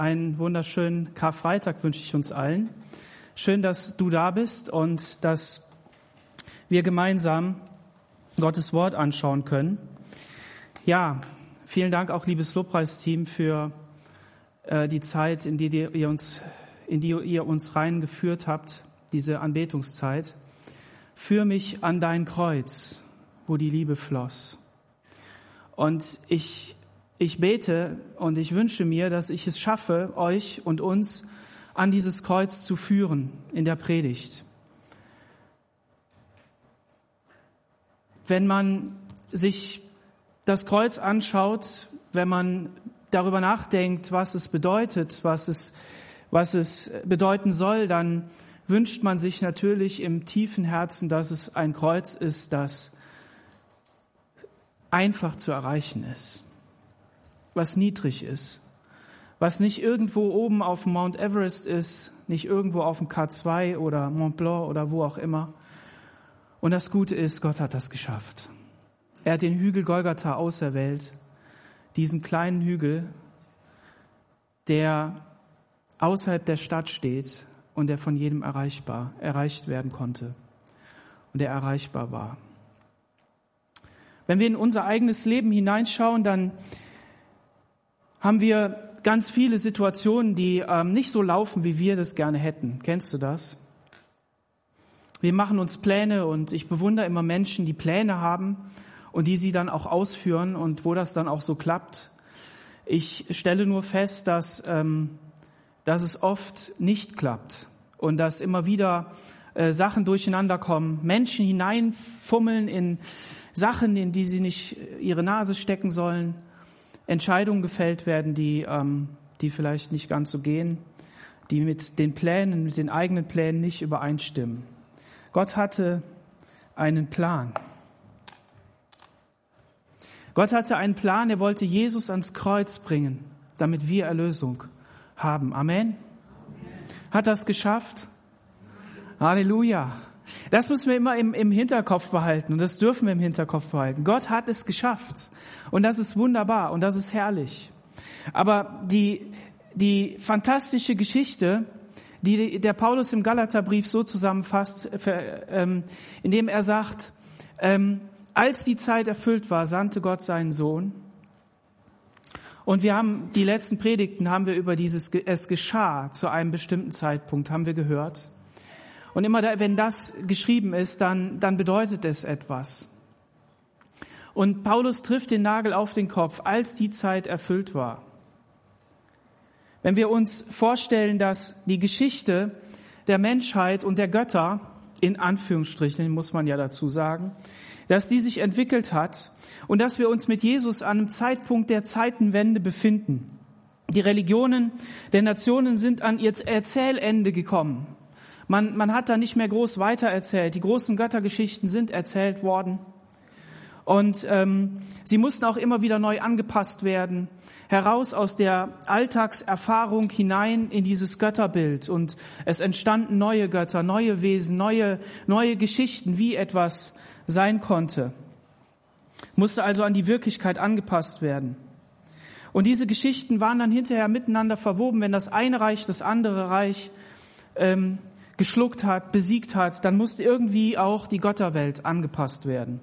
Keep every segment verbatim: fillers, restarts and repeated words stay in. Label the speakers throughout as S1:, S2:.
S1: Einen wunderschönen Karfreitag wünsche ich uns allen. Schön, dass du da bist und dass wir gemeinsam Gottes Wort anschauen können. Ja, vielen Dank auch, liebes Lobpreisteam, für äh, die Zeit, in die ihr uns, in die ihr uns reingeführt habt, diese Anbetungszeit. Führ mich an dein Kreuz, wo die Liebe floss. Und ich Ich bete und ich wünsche mir, dass ich es schaffe, euch und uns an dieses Kreuz zu führen in der Predigt. Wenn man sich das Kreuz anschaut, wenn man darüber nachdenkt, was es bedeutet, was es, was es bedeuten soll, dann wünscht man sich natürlich im tiefen Herzen, dass es ein Kreuz ist, das einfach zu erreichen ist, was niedrig ist, was nicht irgendwo oben auf dem Mount Everest ist, nicht irgendwo auf dem K zwei oder Mont Blanc oder wo auch immer. Und das Gute ist, Gott hat das geschafft. Er hat den Hügel Golgatha auserwählt, diesen kleinen Hügel, der außerhalb der Stadt steht und der von jedem erreichbar, erreicht werden konnte und der erreichbar war. Wenn wir in unser eigenes Leben hineinschauen, dann haben wir ganz viele Situationen, die ähm, nicht so laufen, wie wir das gerne hätten. Kennst du das? Wir machen uns Pläne und ich bewundere immer Menschen, die Pläne haben und die sie dann auch ausführen und wo das dann auch so klappt. Ich stelle nur fest, dass, ähm, dass es oft nicht klappt und dass immer wieder äh, Sachen durcheinander kommen, Menschen hineinfummeln in Sachen, in die sie nicht ihre Nase stecken sollen, Entscheidungen gefällt werden, die, ähm, die vielleicht nicht ganz so gehen, die mit den Plänen, mit den eigenen Plänen nicht übereinstimmen. Gott hatte einen Plan. Gott hatte einen Plan, er wollte Jesus ans Kreuz bringen, damit wir Erlösung haben. Amen. Hat das geschafft? Halleluja. Das müssen wir immer im, im Hinterkopf behalten und das dürfen wir im Hinterkopf behalten. Gott hat es geschafft und das ist wunderbar und das ist herrlich. Aber die, die fantastische Geschichte, die der Paulus im Galaterbrief so zusammenfasst, indem er sagt, als die Zeit erfüllt war, sandte Gott seinen Sohn. Und wir haben, die letzten Predigten haben wir über dieses, es geschah zu einem bestimmten Zeitpunkt, haben wir gehört. Und immer da, wenn das geschrieben ist, dann, dann bedeutet es etwas. Und Paulus trifft den Nagel auf den Kopf, als die Zeit erfüllt war. Wenn wir uns vorstellen, dass die Geschichte der Menschheit und der Götter, in Anführungsstrichen muss man ja dazu sagen, dass die sich entwickelt hat und dass wir uns mit Jesus an einem Zeitpunkt der Zeitenwende befinden. Die Religionen der Nationen sind an ihr Erzählende gekommen. Man, man hat da nicht mehr groß weitererzählt. Die großen Göttergeschichten sind erzählt worden. Und ähm, sie mussten auch immer wieder neu angepasst werden. Heraus aus der Alltagserfahrung hinein in dieses Götterbild. Und es entstanden neue Götter, neue Wesen, neue, neue Geschichten, wie etwas sein konnte. Musste also an die Wirklichkeit angepasst werden. Und diese Geschichten waren dann hinterher miteinander verwoben. Wenn das eine Reich das andere Reich ähm, geschluckt hat, besiegt hat, dann musste irgendwie auch die Götterwelt angepasst werden.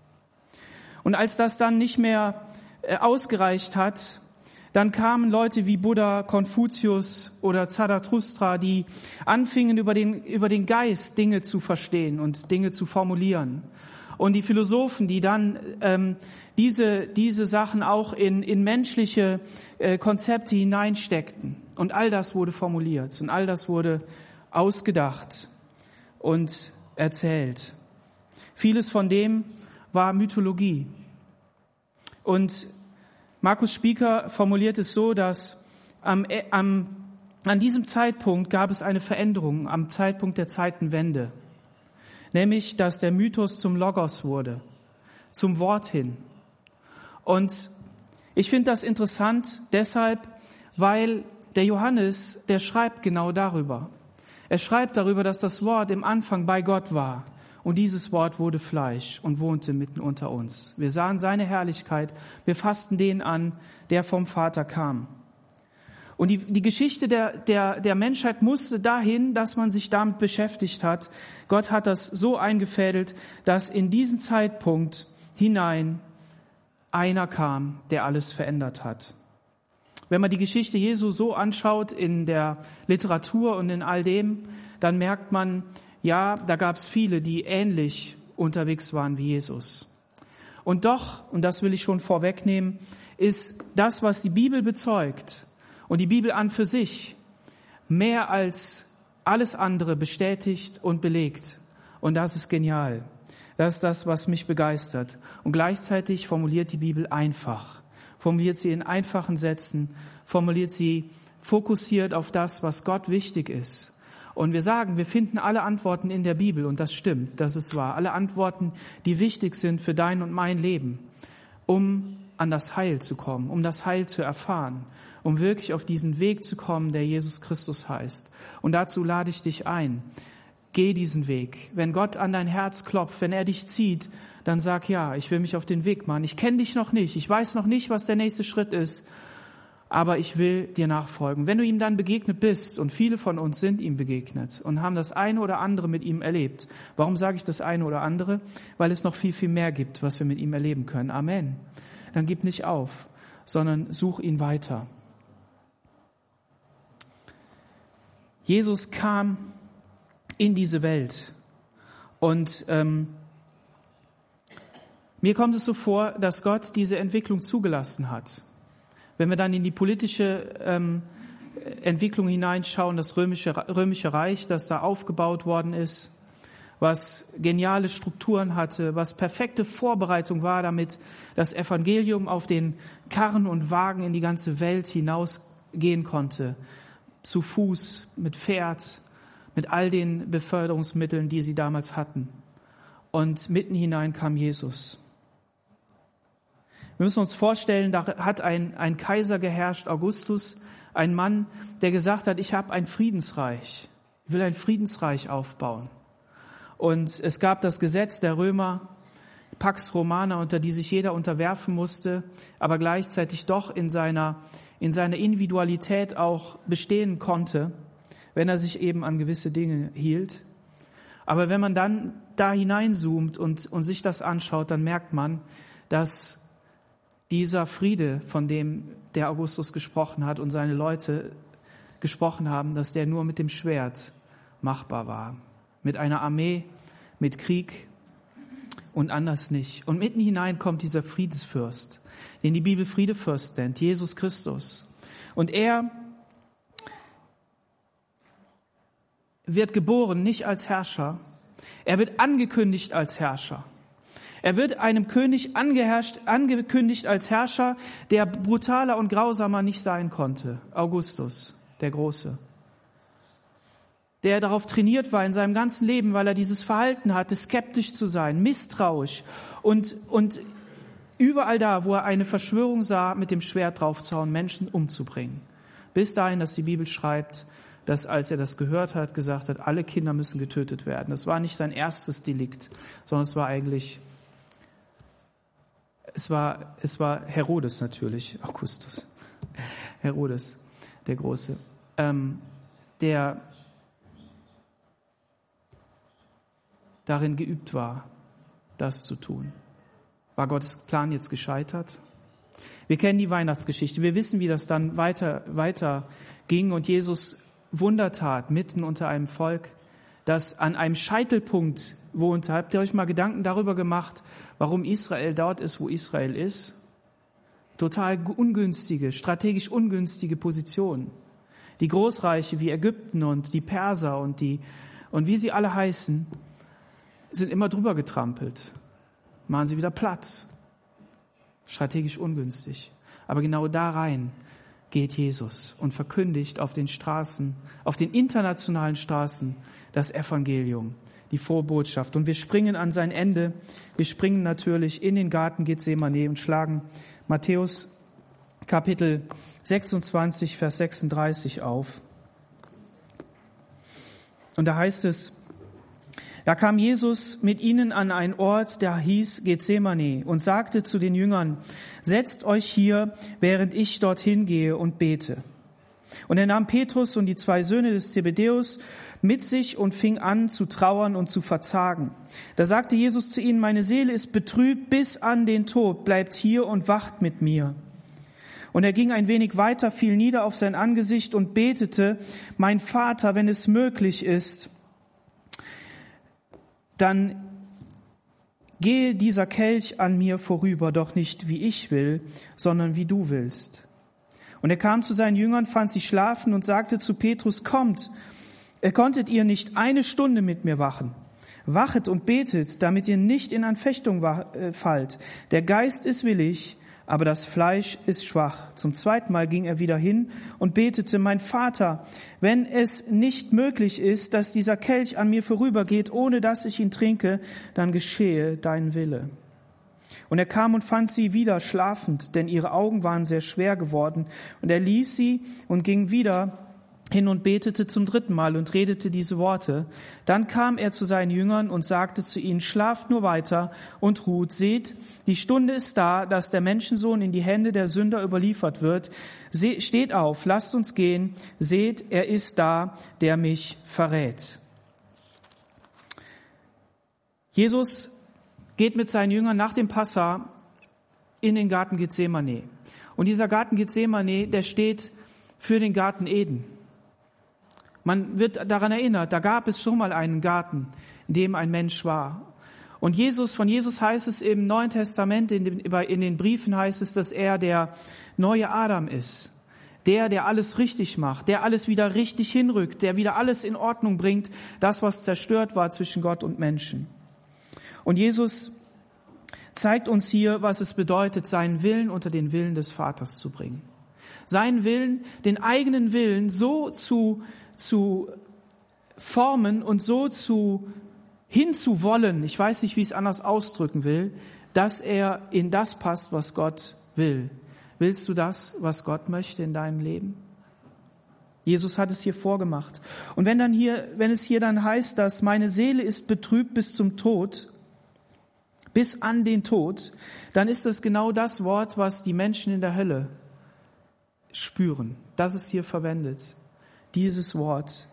S1: Und als das dann nicht mehr äh, ausgereicht hat, dann kamen Leute wie Buddha, Konfuzius oder Zarathustra, die anfingen, über den, über den Geist Dinge zu verstehen und Dinge zu formulieren. Und die Philosophen, die dann ähm, diese, diese Sachen auch in, in menschliche äh, Konzepte hineinsteckten. Und all das wurde formuliert und all das wurde ausgedacht und erzählt. Vieles von dem war Mythologie. Und Markus Spieker formuliert es so, dass am, am, an diesem Zeitpunkt gab es eine Veränderung, am Zeitpunkt der Zeitenwende. Nämlich, dass der Mythos zum Logos wurde, zum Wort hin. Und ich finde das interessant deshalb, weil der Johannes, der schreibt genau darüber. Er schreibt darüber, dass das Wort im Anfang bei Gott war. Und dieses Wort wurde Fleisch und wohnte mitten unter uns. Wir sahen seine Herrlichkeit, wir fassten den an, der vom Vater kam. Und die, die Geschichte der, der, der Menschheit musste dahin, dass man sich damit beschäftigt hat. Gott hat das so eingefädelt, dass in diesen Zeitpunkt hinein einer kam, der alles verändert hat. Wenn man die Geschichte Jesu so anschaut in der Literatur und in all dem, dann merkt man, ja, da gab es viele, die ähnlich unterwegs waren wie Jesus. Und doch, und das will ich schon vorwegnehmen, ist das, was die Bibel bezeugt und die Bibel an für sich, mehr als alles andere bestätigt und belegt. Und das ist genial. Das ist das, was mich begeistert. Und gleichzeitig formuliert die Bibel einfach. Formuliert sie in einfachen Sätzen, formuliert sie fokussiert auf das, was Gott wichtig ist. Und wir sagen, wir finden alle Antworten in der Bibel und das stimmt, das ist wahr. Alle Antworten, die wichtig sind für dein und mein Leben, um an das Heil zu kommen, um das Heil zu erfahren, um wirklich auf diesen Weg zu kommen, der Jesus Christus heißt. Und dazu lade ich dich ein. Geh diesen Weg. Wenn Gott an dein Herz klopft, wenn er dich zieht, dann sag ja, ich will mich auf den Weg machen. Ich kenne dich noch nicht, ich weiß noch nicht, was der nächste Schritt ist, aber ich will dir nachfolgen. Wenn du ihm dann begegnet bist, und viele von uns sind ihm begegnet und haben das eine oder andere mit ihm erlebt. Warum sage ich das eine oder andere? Weil es noch viel, viel mehr gibt, was wir mit ihm erleben können. Amen. Dann gib nicht auf, sondern such ihn weiter. Jesus kam in diese Welt und ähm, mir kommt es so vor, dass Gott diese Entwicklung zugelassen hat. Wenn wir dann in die politische ähm, Entwicklung hineinschauen, das römische, römische Reich, das da aufgebaut worden ist, was geniale Strukturen hatte, was perfekte Vorbereitung war, damit das Evangelium auf den Karren und Wagen in die ganze Welt hinausgehen konnte, zu Fuß, mit Pferd, mit all den Beförderungsmitteln, die sie damals hatten. Und mitten hinein kam Jesus. Wir müssen uns vorstellen, da hat ein, ein Kaiser geherrscht, Augustus, ein Mann, der gesagt hat, ich habe ein Friedensreich, ich will ein Friedensreich aufbauen. Und es gab das Gesetz der Römer, Pax Romana, unter die sich jeder unterwerfen musste, aber gleichzeitig doch in seiner, in seiner Individualität auch bestehen konnte, wenn er sich eben an gewisse Dinge hielt. Aber wenn man dann da hineinzoomt und, und sich das anschaut, dann merkt man, dass dieser Friede, von dem der Augustus gesprochen hat und seine Leute gesprochen haben, dass der nur mit dem Schwert machbar war. Mit einer Armee, mit Krieg und anders nicht. Und mitten hinein kommt dieser Friedensfürst, den die Bibel Friedefürst nennt, Jesus Christus. Und er wird geboren nicht als Herrscher, er wird angekündigt als Herrscher. Er wird einem König angeherrscht, angekündigt als Herrscher, der brutaler und grausamer nicht sein konnte. Augustus, der Große. Der darauf trainiert war in seinem ganzen Leben, weil er dieses Verhalten hatte, skeptisch zu sein, misstrauisch und, und überall da, wo er eine Verschwörung sah, mit dem Schwert draufzuhauen, Menschen umzubringen. Bis dahin, dass die Bibel schreibt, dass als er das gehört hat, gesagt hat, alle Kinder müssen getötet werden. Das war nicht sein erstes Delikt, sondern es war eigentlich Es war, es war Herodes natürlich, Augustus, Herodes, der Große, ähm, der darin geübt war, das zu tun. War Gottes Plan jetzt gescheitert? Wir kennen die Weihnachtsgeschichte. Wir wissen, wie das dann weiter, weiter ging und Jesus Wunder tat mitten unter einem Volk, das an einem Scheitelpunkt wohnte. Habt ihr euch mal Gedanken darüber gemacht, warum Israel dort ist, wo Israel ist? Total ungünstige, strategisch ungünstige Position. Die Großreiche wie Ägypten und die Perser und die und wie sie alle heißen, sind immer drüber getrampelt. Machen sie wieder platt. Strategisch ungünstig. Aber genau da rein geht Jesus und verkündigt auf den Straßen, auf den internationalen Straßen das Evangelium, die frohe Botschaft. Und wir springen an sein Ende. Wir springen natürlich in den Garten Gethsemane und schlagen Matthäus Kapitel sechsundzwanzig, Vers sechsunddreißig auf. Und da heißt es, da kam Jesus mit ihnen an einen Ort, der hieß Gethsemane, und sagte zu den Jüngern, setzt euch hier, während ich dorthin gehe und bete. Und er nahm Petrus und die zwei Söhne des Zebedäus mit sich und fing an zu trauern und zu verzagen. Da sagte Jesus zu ihnen, meine Seele ist betrübt bis an den Tod, bleibt hier und wacht mit mir. Und er ging ein wenig weiter, fiel nieder auf sein Angesicht und betete, mein Vater, wenn es möglich ist, dann gehe dieser Kelch an mir vorüber, doch nicht wie ich will, sondern wie du willst. Und er kam zu seinen Jüngern, fand sie schlafen und sagte zu Petrus, kommt, konntet ihr nicht eine Stunde mit mir wachen? Wachet und betet, damit ihr nicht in Anfechtung fallt. Der Geist ist willig, aber das Fleisch ist schwach. Zum zweiten Mal ging er wieder hin und betete, mein Vater, wenn es nicht möglich ist, dass dieser Kelch an mir vorübergeht, ohne dass ich ihn trinke, dann geschehe dein Wille. Und er kam und fand sie wieder schlafend, denn ihre Augen waren sehr schwer geworden. Und er ließ sie und ging wieder hin und betete zum dritten Mal und redete diese Worte. Dann kam er zu seinen Jüngern und sagte zu ihnen, schlaft nur weiter und ruht. Seht, die Stunde ist da, dass der Menschensohn in die Hände der Sünder überliefert wird. Seht, steht auf, lasst uns gehen. Seht, er ist da, der mich verrät. Jesus geht mit seinen Jüngern nach dem Passa in den Garten Gethsemane. Und dieser Garten Gethsemane, der steht für den Garten Eden. Man wird daran erinnert, da gab es schon mal einen Garten, in dem ein Mensch war. Und Jesus, von Jesus heißt es im Neuen Testament, in den, in den Briefen heißt es, dass er der neue Adam ist. Der, der alles richtig macht, der alles wieder richtig hinrückt, der wieder alles in Ordnung bringt, das, was zerstört war zwischen Gott und Menschen. Und Jesus zeigt uns hier, was es bedeutet, seinen Willen unter den Willen des Vaters zu bringen. Seinen Willen, den eigenen Willen so zu zu formen und so zu hinzuwollen, ich weiß nicht, wie ich es anders ausdrücken will, dass er in das passt, was Gott will. Willst du das, was Gott möchte in deinem Leben? Jesus hat es hier vorgemacht. Und wenn dann hier, wenn es hier dann heißt, dass meine Seele ist betrübt bis zum Tod, bis an den Tod, dann ist das genau das Wort, was die Menschen in der Hölle spüren. Das ist hier verwendet. Dieses Wort,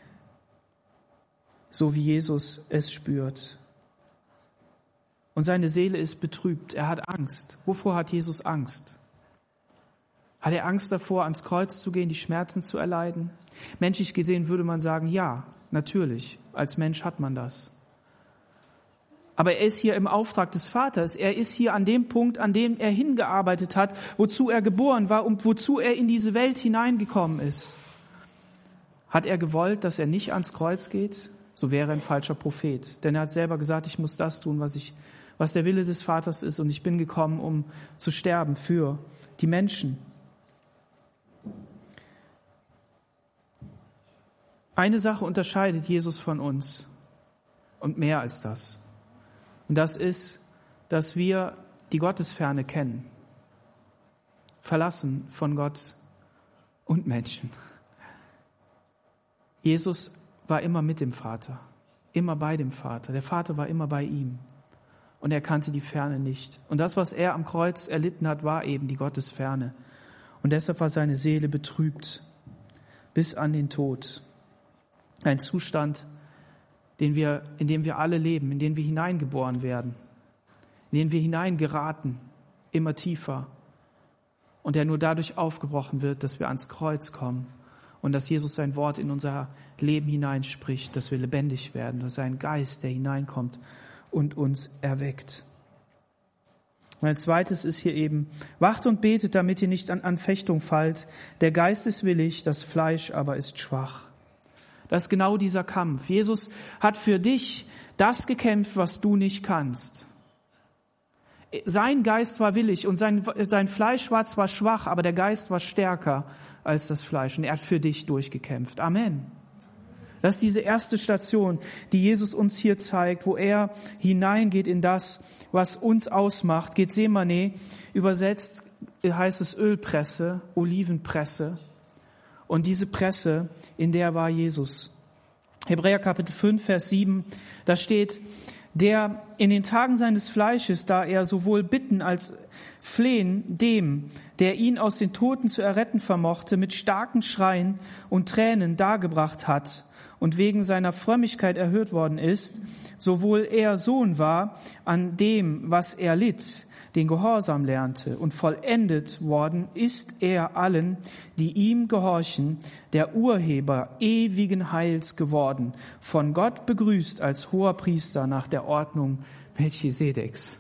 S1: so wie Jesus es spürt. Und seine Seele ist betrübt. Er hat Angst. Wovor hat Jesus Angst? Hat er Angst davor, ans Kreuz zu gehen, die Schmerzen zu erleiden? Menschlich gesehen würde man sagen, ja, natürlich. Als Mensch hat man das. Aber er ist hier im Auftrag des Vaters. Er ist hier an dem Punkt, an dem er hingearbeitet hat, wozu er geboren war und wozu er in diese Welt hineingekommen ist. Hat er gewollt, dass er nicht ans Kreuz geht? So wäre er ein falscher Prophet. Denn er hat selber gesagt, ich muss das tun, was ich, was der Wille des Vaters ist. Und ich bin gekommen, um zu sterben für die Menschen. Eine Sache unterscheidet Jesus von uns. Und mehr als das. Und das ist, dass wir die Gottesferne kennen. Verlassen von Gott und Menschen. Jesus war immer mit dem Vater, immer bei dem Vater. Der Vater war immer bei ihm und er kannte die Ferne nicht. Und das, was er am Kreuz erlitten hat, war eben die Gottesferne. Und deshalb war seine Seele betrübt bis an den Tod. Ein Zustand, den wir, in dem wir alle leben, in den wir hineingeboren werden, in den wir hineingeraten, immer tiefer. Und der nur dadurch aufgebrochen wird, dass wir ans Kreuz kommen. Und dass Jesus sein Wort in unser Leben hineinspricht, dass wir lebendig werden, dass sein Geist, der hineinkommt und uns erweckt. Und als zweites ist hier eben, wacht und betet, damit ihr nicht an Anfechtung fallt. Der Geist ist willig, das Fleisch aber ist schwach. Das ist genau dieser Kampf. Jesus hat für dich das gekämpft, was du nicht kannst. Sein Geist war willig und sein, sein Fleisch war zwar schwach, aber der Geist war stärker als das Fleisch. Und er hat für dich durchgekämpft. Amen. Das ist diese erste Station, die Jesus uns hier zeigt, wo er hineingeht in das, was uns ausmacht. Gethsemane, übersetzt heißt es Ölpresse, Olivenpresse. Und diese Presse, in der war Jesus. Hebräer Kapitel fünf, Vers sieben, da steht, der in den Tagen seines Fleisches, da er sowohl bitten als flehen, dem, der ihn aus den Toten zu erretten vermochte, mit starken Schreien und Tränen dargebracht hat und wegen seiner Frömmigkeit erhört worden ist, sowohl er Sohn war an dem, was er litt, den Gehorsam lernte, und vollendet worden ist er allen, die ihm gehorchen, der Urheber ewigen Heils geworden, von Gott begrüßt als Hoherpriester nach der Ordnung Melchisedeks.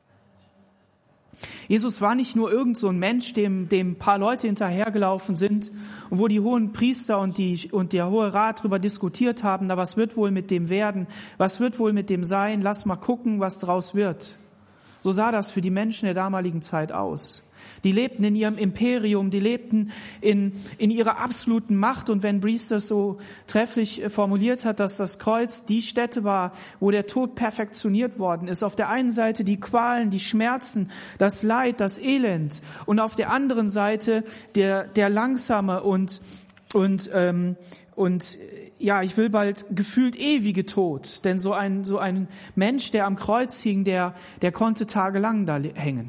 S1: Jesus war nicht nur irgend so ein Mensch, dem, dem ein paar Leute hinterhergelaufen sind und wo die hohen Priester und, die, und der Hohe Rat darüber diskutiert haben, na, was wird wohl mit dem werden, was wird wohl mit dem sein, lass mal gucken, was draus wird. So sah das für die Menschen der damaligen Zeit aus. Die lebten in ihrem Imperium, die lebten in, in ihrer absoluten Macht. Und wenn Brees das so trefflich formuliert hat, dass das Kreuz die Stätte war, wo der Tod perfektioniert worden ist. Auf der einen Seite die Qualen, die Schmerzen, das Leid, das Elend. Und auf der anderen Seite der, der langsame und, und, ähm, und ja, ich will bald gefühlt ewige Tod. Denn so ein, so ein Mensch, der am Kreuz hing, der, der konnte tagelang da hängen.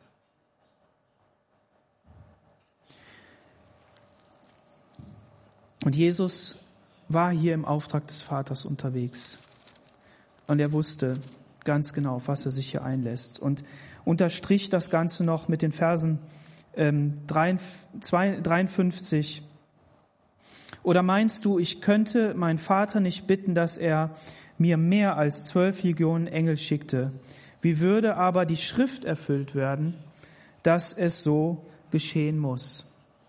S1: Und Jesus war hier im Auftrag des Vaters unterwegs. Und er wusste ganz genau, auf was er sich hier einlässt. Und unterstrich das Ganze noch mit den Versen ähm, dreiundfünfzig. Oder meinst du, ich könnte meinen Vater nicht bitten, dass er mir mehr als zwölf Legionen Engel schickte? Wie würde aber die Schrift erfüllt werden, dass es so geschehen muss?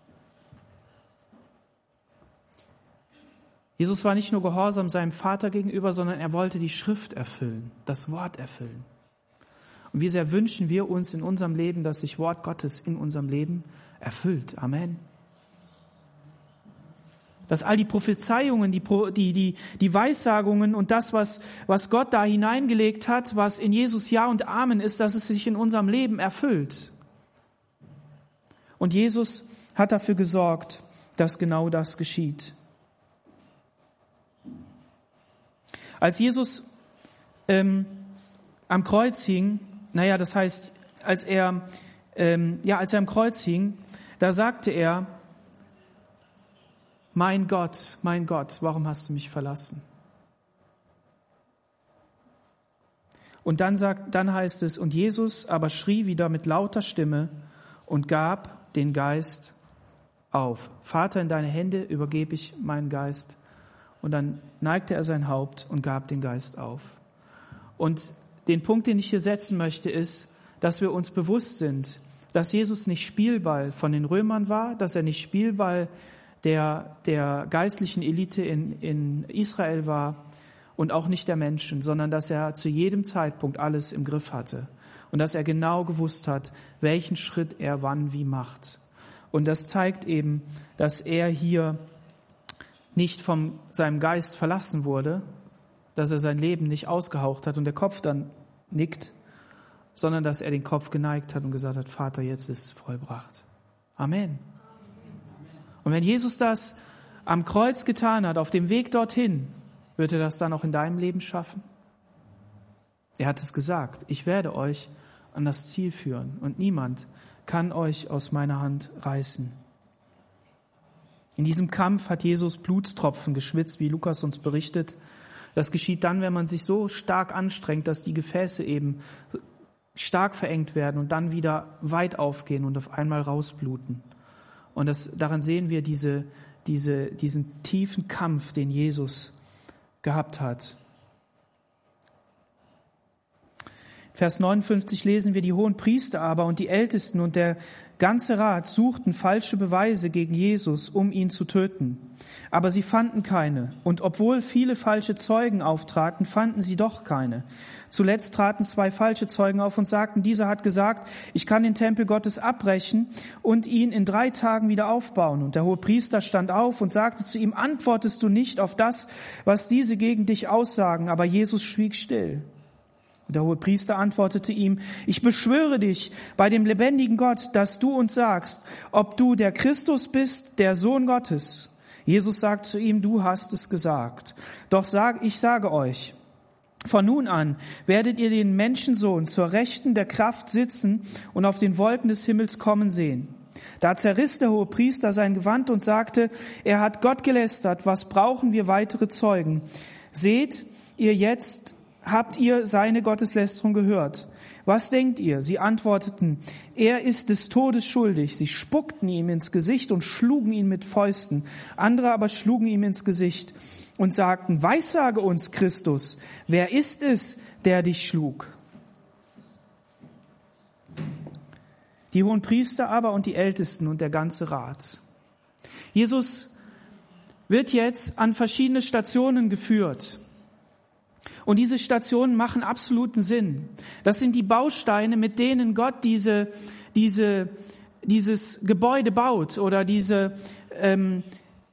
S1: Jesus war nicht nur gehorsam seinem Vater gegenüber, sondern er wollte die Schrift erfüllen, das Wort erfüllen. Und wie sehr wünschen wir uns in unserem Leben, dass sich Wort Gottes in unserem Leben erfüllt. Amen. Dass all die Prophezeiungen, die, die, die, die Weissagungen und das, was, was Gott da hineingelegt hat, was in Jesus Ja und Amen ist, dass es sich in unserem Leben erfüllt. Und Jesus hat dafür gesorgt, dass genau das geschieht. Als Jesus ähm, am Kreuz hing, naja, das heißt, als er, ähm, ja, als er am Kreuz hing, da sagte er, mein Gott, mein Gott, warum hast du mich verlassen? Und dann sagt, dann heißt es, und Jesus aber schrie wieder mit lauter Stimme und gab den Geist auf. Vater, in deine Hände übergebe ich meinen Geist. Und dann neigte er sein Haupt und gab den Geist auf. Und den Punkt, den ich hier setzen möchte, ist, dass wir uns bewusst sind, dass Jesus nicht Spielball von den Römern war, dass er nicht Spielball der, der geistlichen Elite in, in Israel war und auch nicht der Menschen, sondern dass er zu jedem Zeitpunkt alles im Griff hatte und dass er genau gewusst hat, welchen Schritt er wann wie macht. Und das zeigt eben, dass er hier nicht von seinem Geist verlassen wurde, dass er sein Leben nicht ausgehaucht hat und der Kopf dann nickt, sondern dass er den Kopf geneigt hat und gesagt hat, Vater, jetzt ist es vollbracht. Amen. Und wenn Jesus das am Kreuz getan hat, auf dem Weg dorthin, wird er das dann auch in deinem Leben schaffen? Er hat es gesagt, ich werde euch an das Ziel führen und niemand kann euch aus meiner Hand reißen. In diesem Kampf hat Jesus Blutstropfen geschwitzt, wie Lukas uns berichtet. Das geschieht dann, wenn man sich so stark anstrengt, dass die Gefäße eben stark verengt werden und dann wieder weit aufgehen und auf einmal rausbluten. Und das, daran sehen wir diese, diese, diesen tiefen Kampf, den Jesus gehabt hat. Vers neunundfünfzig lesen wir, die hohen Priester aber und die Ältesten und der ganze Rat suchten falsche Beweise gegen Jesus, um ihn zu töten. Aber sie fanden keine. Und obwohl viele falsche Zeugen auftraten, fanden sie doch keine. Zuletzt traten zwei falsche Zeugen auf und sagten, dieser hat gesagt, ich kann den Tempel Gottes abbrechen und ihn in drei Tagen wieder aufbauen. Und der Hohepriester stand auf und sagte zu ihm, antwortest du nicht auf das, was diese gegen dich aussagen? Aber Jesus schwieg still. Und der Hohepriester antwortete ihm, ich beschwöre dich bei dem lebendigen Gott, dass du uns sagst, ob du der Christus bist, der Sohn Gottes. Jesus sagt zu ihm, du hast es gesagt. Doch sag, ich sage euch, Von nun an werdet ihr den Menschensohn zur Rechten der Kraft sitzen und auf den Wolken des Himmels kommen sehen. Da zerriss der Hohepriester sein Gewand und sagte, er hat Gott gelästert, was brauchen wir weitere Zeugen? Seht ihr jetzt, habt ihr seine Gotteslästerung gehört? Was denkt ihr? Sie antworteten, er ist des Todes schuldig. Sie spuckten ihm ins Gesicht und schlugen ihn mit Fäusten. Andere aber schlugen ihm ins Gesicht und sagten, weissage uns, Christus, wer ist es, der dich schlug? Die Hohenpriester aber und die Ältesten und der ganze Rat. Jesus wird jetzt an verschiedene Stationen geführt. Und diese Stationen machen absoluten Sinn. Das sind die Bausteine, mit denen Gott diese, diese, dieses Gebäude baut oder diese, ähm,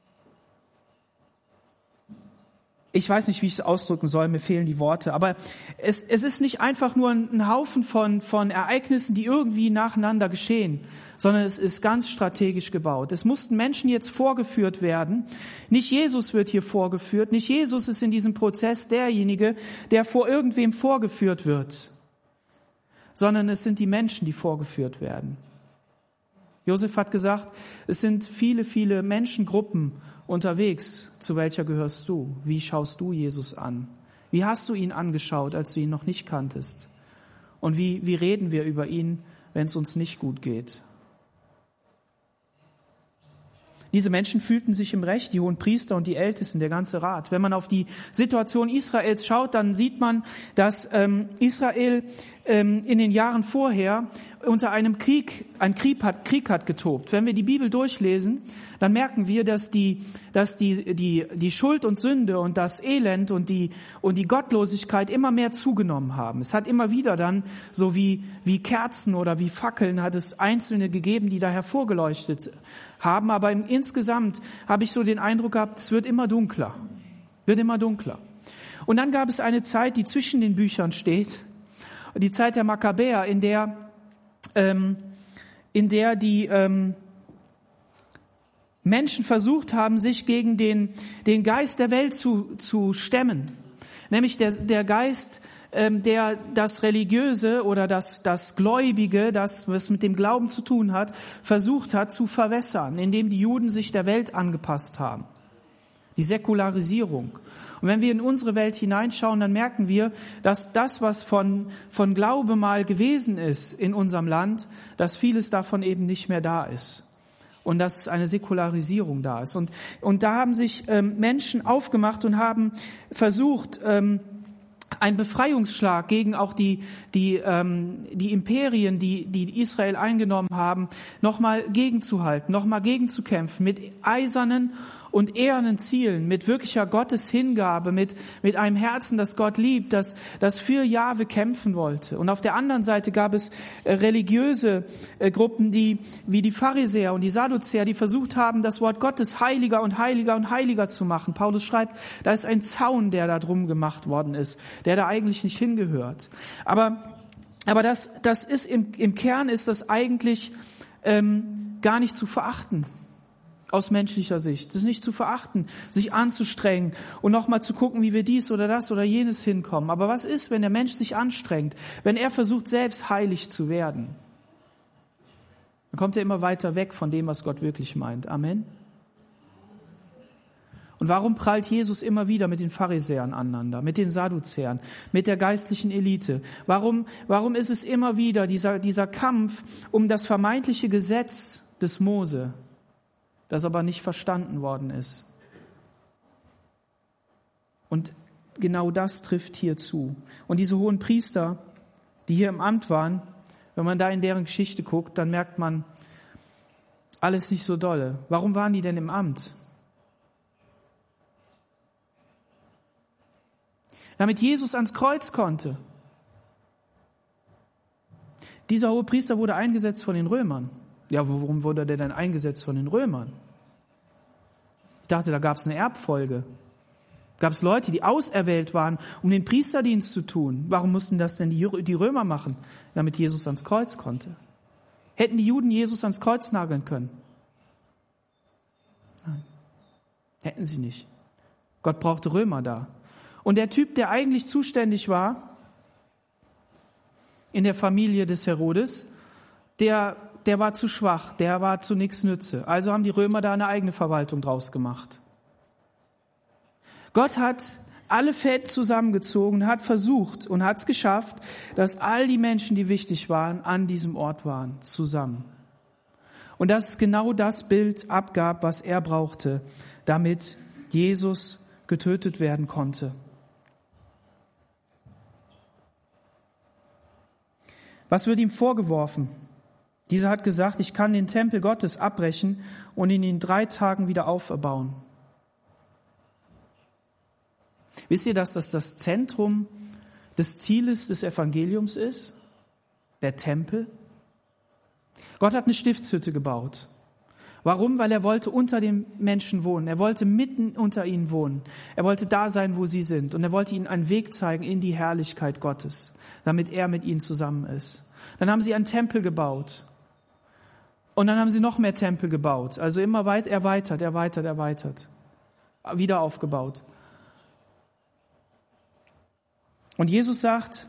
S1: ich weiß nicht, wie ich es ausdrücken soll, mir fehlen die Worte, aber es, es ist nicht einfach nur ein Haufen von, von Ereignissen, die irgendwie nacheinander geschehen, sondern es ist ganz strategisch gebaut. Es mussten Menschen jetzt vorgeführt werden. Nicht Jesus wird hier vorgeführt, nicht Jesus ist in diesem Prozess derjenige, der vor irgendwem vorgeführt wird, sondern es sind die Menschen, die vorgeführt werden. Josef hat gesagt, es sind viele, viele Menschengruppen unterwegs. Zu welcher gehörst du? Wie schaust du Jesus an? Wie hast du ihn angeschaut, als du ihn noch nicht kanntest? Und wie, wie reden wir über ihn, wenn es uns nicht gut geht? Diese Menschen fühlten sich im Recht, die Hohenpriester und die Ältesten, der ganze Rat. Wenn man auf die Situation Israels schaut, dann sieht man, dass ähm, Israel ähm, in den Jahren vorher unter einem Krieg, ein Krieg hat, Krieg hat getobt. Wenn wir die Bibel durchlesen, dann merken wir, dass die, dass die, die, die Schuld und Sünde und das Elend und die, und die Gottlosigkeit immer mehr zugenommen haben. Es hat immer wieder dann, so wie, wie Kerzen oder wie Fackeln, hat es Einzelne gegeben, die da hervorgeleuchtet haben. Aber im, insgesamt habe ich so den Eindruck gehabt, es wird immer dunkler. Wird immer dunkler. Und dann gab es eine Zeit, die zwischen den Büchern steht, die Zeit der Makkabäer, in der, ähm, in der die ähm, Menschen versucht haben, sich gegen den, den Geist der Welt zu, zu stemmen. Nämlich der, der Geist, ähm, der das Religiöse oder das, das Gläubige, das, was mit dem Glauben zu tun hat, versucht hat zu verwässern, indem die Juden sich der Welt angepasst haben. Die Säkularisierung. Und wenn wir in unsere Welt hineinschauen, dann merken wir, dass das, was von, von Glaube mal gewesen ist in unserem Land, dass vieles davon eben nicht mehr da ist. Und dass eine Säkularisierung da ist. Und, und da haben sich ähm, Menschen aufgemacht und haben versucht, ähm, einen Befreiungsschlag gegen auch die, die, ähm, die Imperien, die, die Israel eingenommen haben, nochmal gegenzuhalten, nochmal gegenzukämpfen mit eisernen und ehernen Zielen, mit wirklicher Gotteshingabe, mit, mit einem Herzen, das Gott liebt, das, das für Jahwe kämpfen wollte. Und auf der anderen Seite gab es äh, religiöse äh, Gruppen, die, wie die Pharisäer und die Sadduzäer, die versucht haben, das Wort Gottes heiliger und heiliger und heiliger zu machen. Paulus schreibt, da ist ein Zaun, der da drum gemacht worden ist, der da eigentlich nicht hingehört. Aber, aber das, das ist im, im Kern ist das eigentlich ähm, gar nicht zu verachten. Aus menschlicher Sicht. Das ist nicht zu verachten, sich anzustrengen und nochmal zu gucken, wie wir dies oder das oder jenes hinkommen. Aber was ist, wenn der Mensch sich anstrengt, wenn er versucht, selbst heilig zu werden? Dann kommt er immer weiter weg von dem, was Gott wirklich meint. Amen. Und warum prallt Jesus immer wieder mit den Pharisäern aneinander, mit den Sadduzäern, mit der geistlichen Elite? Warum, warum ist es immer wieder dieser, dieser Kampf um das vermeintliche Gesetz des Mose, das aber nicht verstanden worden ist? Und genau das trifft hier zu. Und diese hohen Priester, die hier im Amt waren, wenn man da in deren Geschichte guckt, dann merkt man, alles nicht so dolle. Warum waren die denn im Amt? Damit Jesus ans Kreuz konnte. Dieser hohe Priester wurde eingesetzt von den Römern. Ja, warum wurde der denn eingesetzt von den Römern? Ich dachte, da gab es eine Erbfolge. Gab es Leute, die auserwählt waren, um den Priesterdienst zu tun. Warum mussten das denn die, die Römer machen, damit Jesus ans Kreuz konnte? Hätten die Juden Jesus ans Kreuz nageln können? Nein, hätten sie nicht. Gott brauchte Römer da. Und der Typ, der eigentlich zuständig war in der Familie des Herodes, der, der war zu schwach, der war zu nichts Nütze. Also haben die Römer da eine eigene Verwaltung draus gemacht. Gott hat alle Fäden zusammengezogen, hat versucht und hat es geschafft, dass all die Menschen, die wichtig waren, an diesem Ort waren, zusammen. Und dass es genau das Bild abgab, was er brauchte, damit Jesus getötet werden konnte. Was wird ihm vorgeworfen? Dieser hat gesagt, ich kann den Tempel Gottes abbrechen und ihn in drei Tagen wieder auferbauen. Wisst ihr, dass das das Zentrum des Zieles des Evangeliums ist? Der Tempel? Gott hat eine Stiftshütte gebaut. Warum? Weil er wollte unter den Menschen wohnen. Er wollte mitten unter ihnen wohnen. Er wollte da sein, wo sie sind. Und er wollte ihnen einen Weg zeigen in die Herrlichkeit Gottes, damit er mit ihnen zusammen ist. Dann haben sie einen Tempel gebaut. Und dann haben sie noch mehr Tempel gebaut. Also immer weit erweitert, erweitert, erweitert. Wieder aufgebaut. Und Jesus sagt,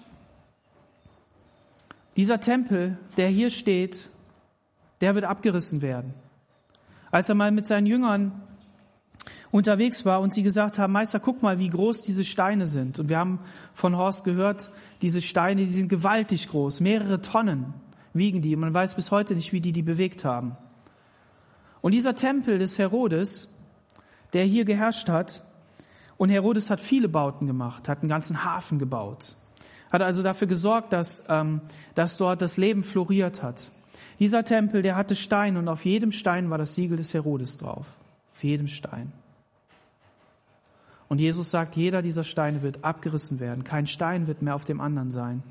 S1: dieser Tempel, der hier steht, der wird abgerissen werden. Als er mal mit seinen Jüngern unterwegs war und sie gesagt haben, Meister, guck mal, wie groß diese Steine sind. Und wir haben von Horst gehört, diese Steine, die sind gewaltig groß, mehrere Tonnen wiegen die. Man weiß bis heute nicht, wie die die bewegt haben. Und dieser Tempel des Herodes, der hier geherrscht hat, und Herodes hat viele Bauten gemacht, hat einen ganzen Hafen gebaut, hat also dafür gesorgt, dass, ähm, dass dort das Leben floriert hat. Dieser Tempel, der hatte Steine und auf jedem Stein war das Siegel des Herodes drauf. Auf jedem Stein. Und Jesus sagt, jeder dieser Steine wird abgerissen werden. Kein Stein wird mehr auf dem anderen sein.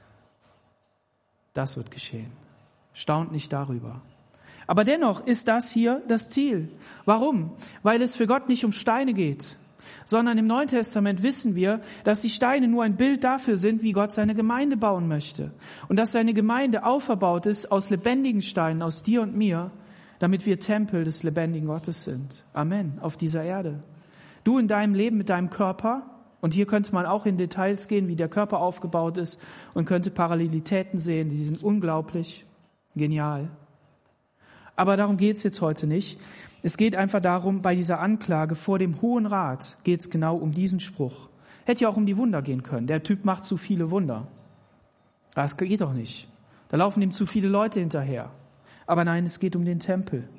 S1: Das wird geschehen. Staunt nicht darüber. Aber dennoch ist das hier das Ziel. Warum? Weil es für Gott nicht um Steine geht, sondern im Neuen Testament wissen wir, dass die Steine nur ein Bild dafür sind, wie Gott seine Gemeinde bauen möchte. Und dass seine Gemeinde auferbaut ist aus lebendigen Steinen, aus dir und mir, damit wir Tempel des lebendigen Gottes sind. Amen. Auf dieser Erde. Du in deinem Leben mit deinem Körper, und hier könnte man auch in Details gehen, wie der Körper aufgebaut ist, und könnte Parallelitäten sehen, die sind unglaublich genial. Aber darum geht's jetzt heute nicht. Es geht einfach darum, bei dieser Anklage vor dem Hohen Rat geht es genau um diesen Spruch. Hätte ja auch um die Wunder gehen können. Der Typ macht zu viele Wunder. Das geht doch nicht. Da laufen ihm zu viele Leute hinterher. Aber nein, es geht um den Tempel.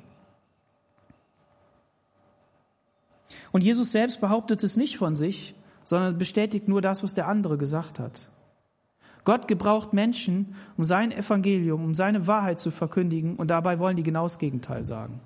S1: Und Jesus selbst behauptet es nicht von sich, sondern bestätigt nur das, was der andere gesagt hat. Gott gebraucht Menschen, um sein Evangelium, um seine Wahrheit zu verkündigen, und dabei wollen die genau das Gegenteil sagen.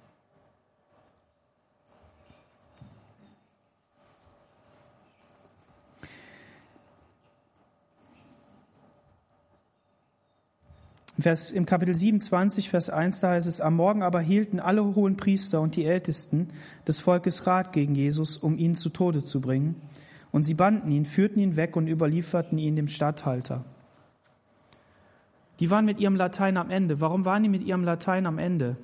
S1: Vers, im Kapitel siebenundzwanzig, Vers eins, da heißt es, am Morgen aber hielten alle hohen Priester und die Ältesten des Volkes Rat gegen Jesus, um ihn zu Tode zu bringen. Und sie banden ihn, führten ihn weg und überlieferten ihn dem Statthalter. Die waren mit ihrem Latein am Ende. Warum waren die mit ihrem Latein am Ende?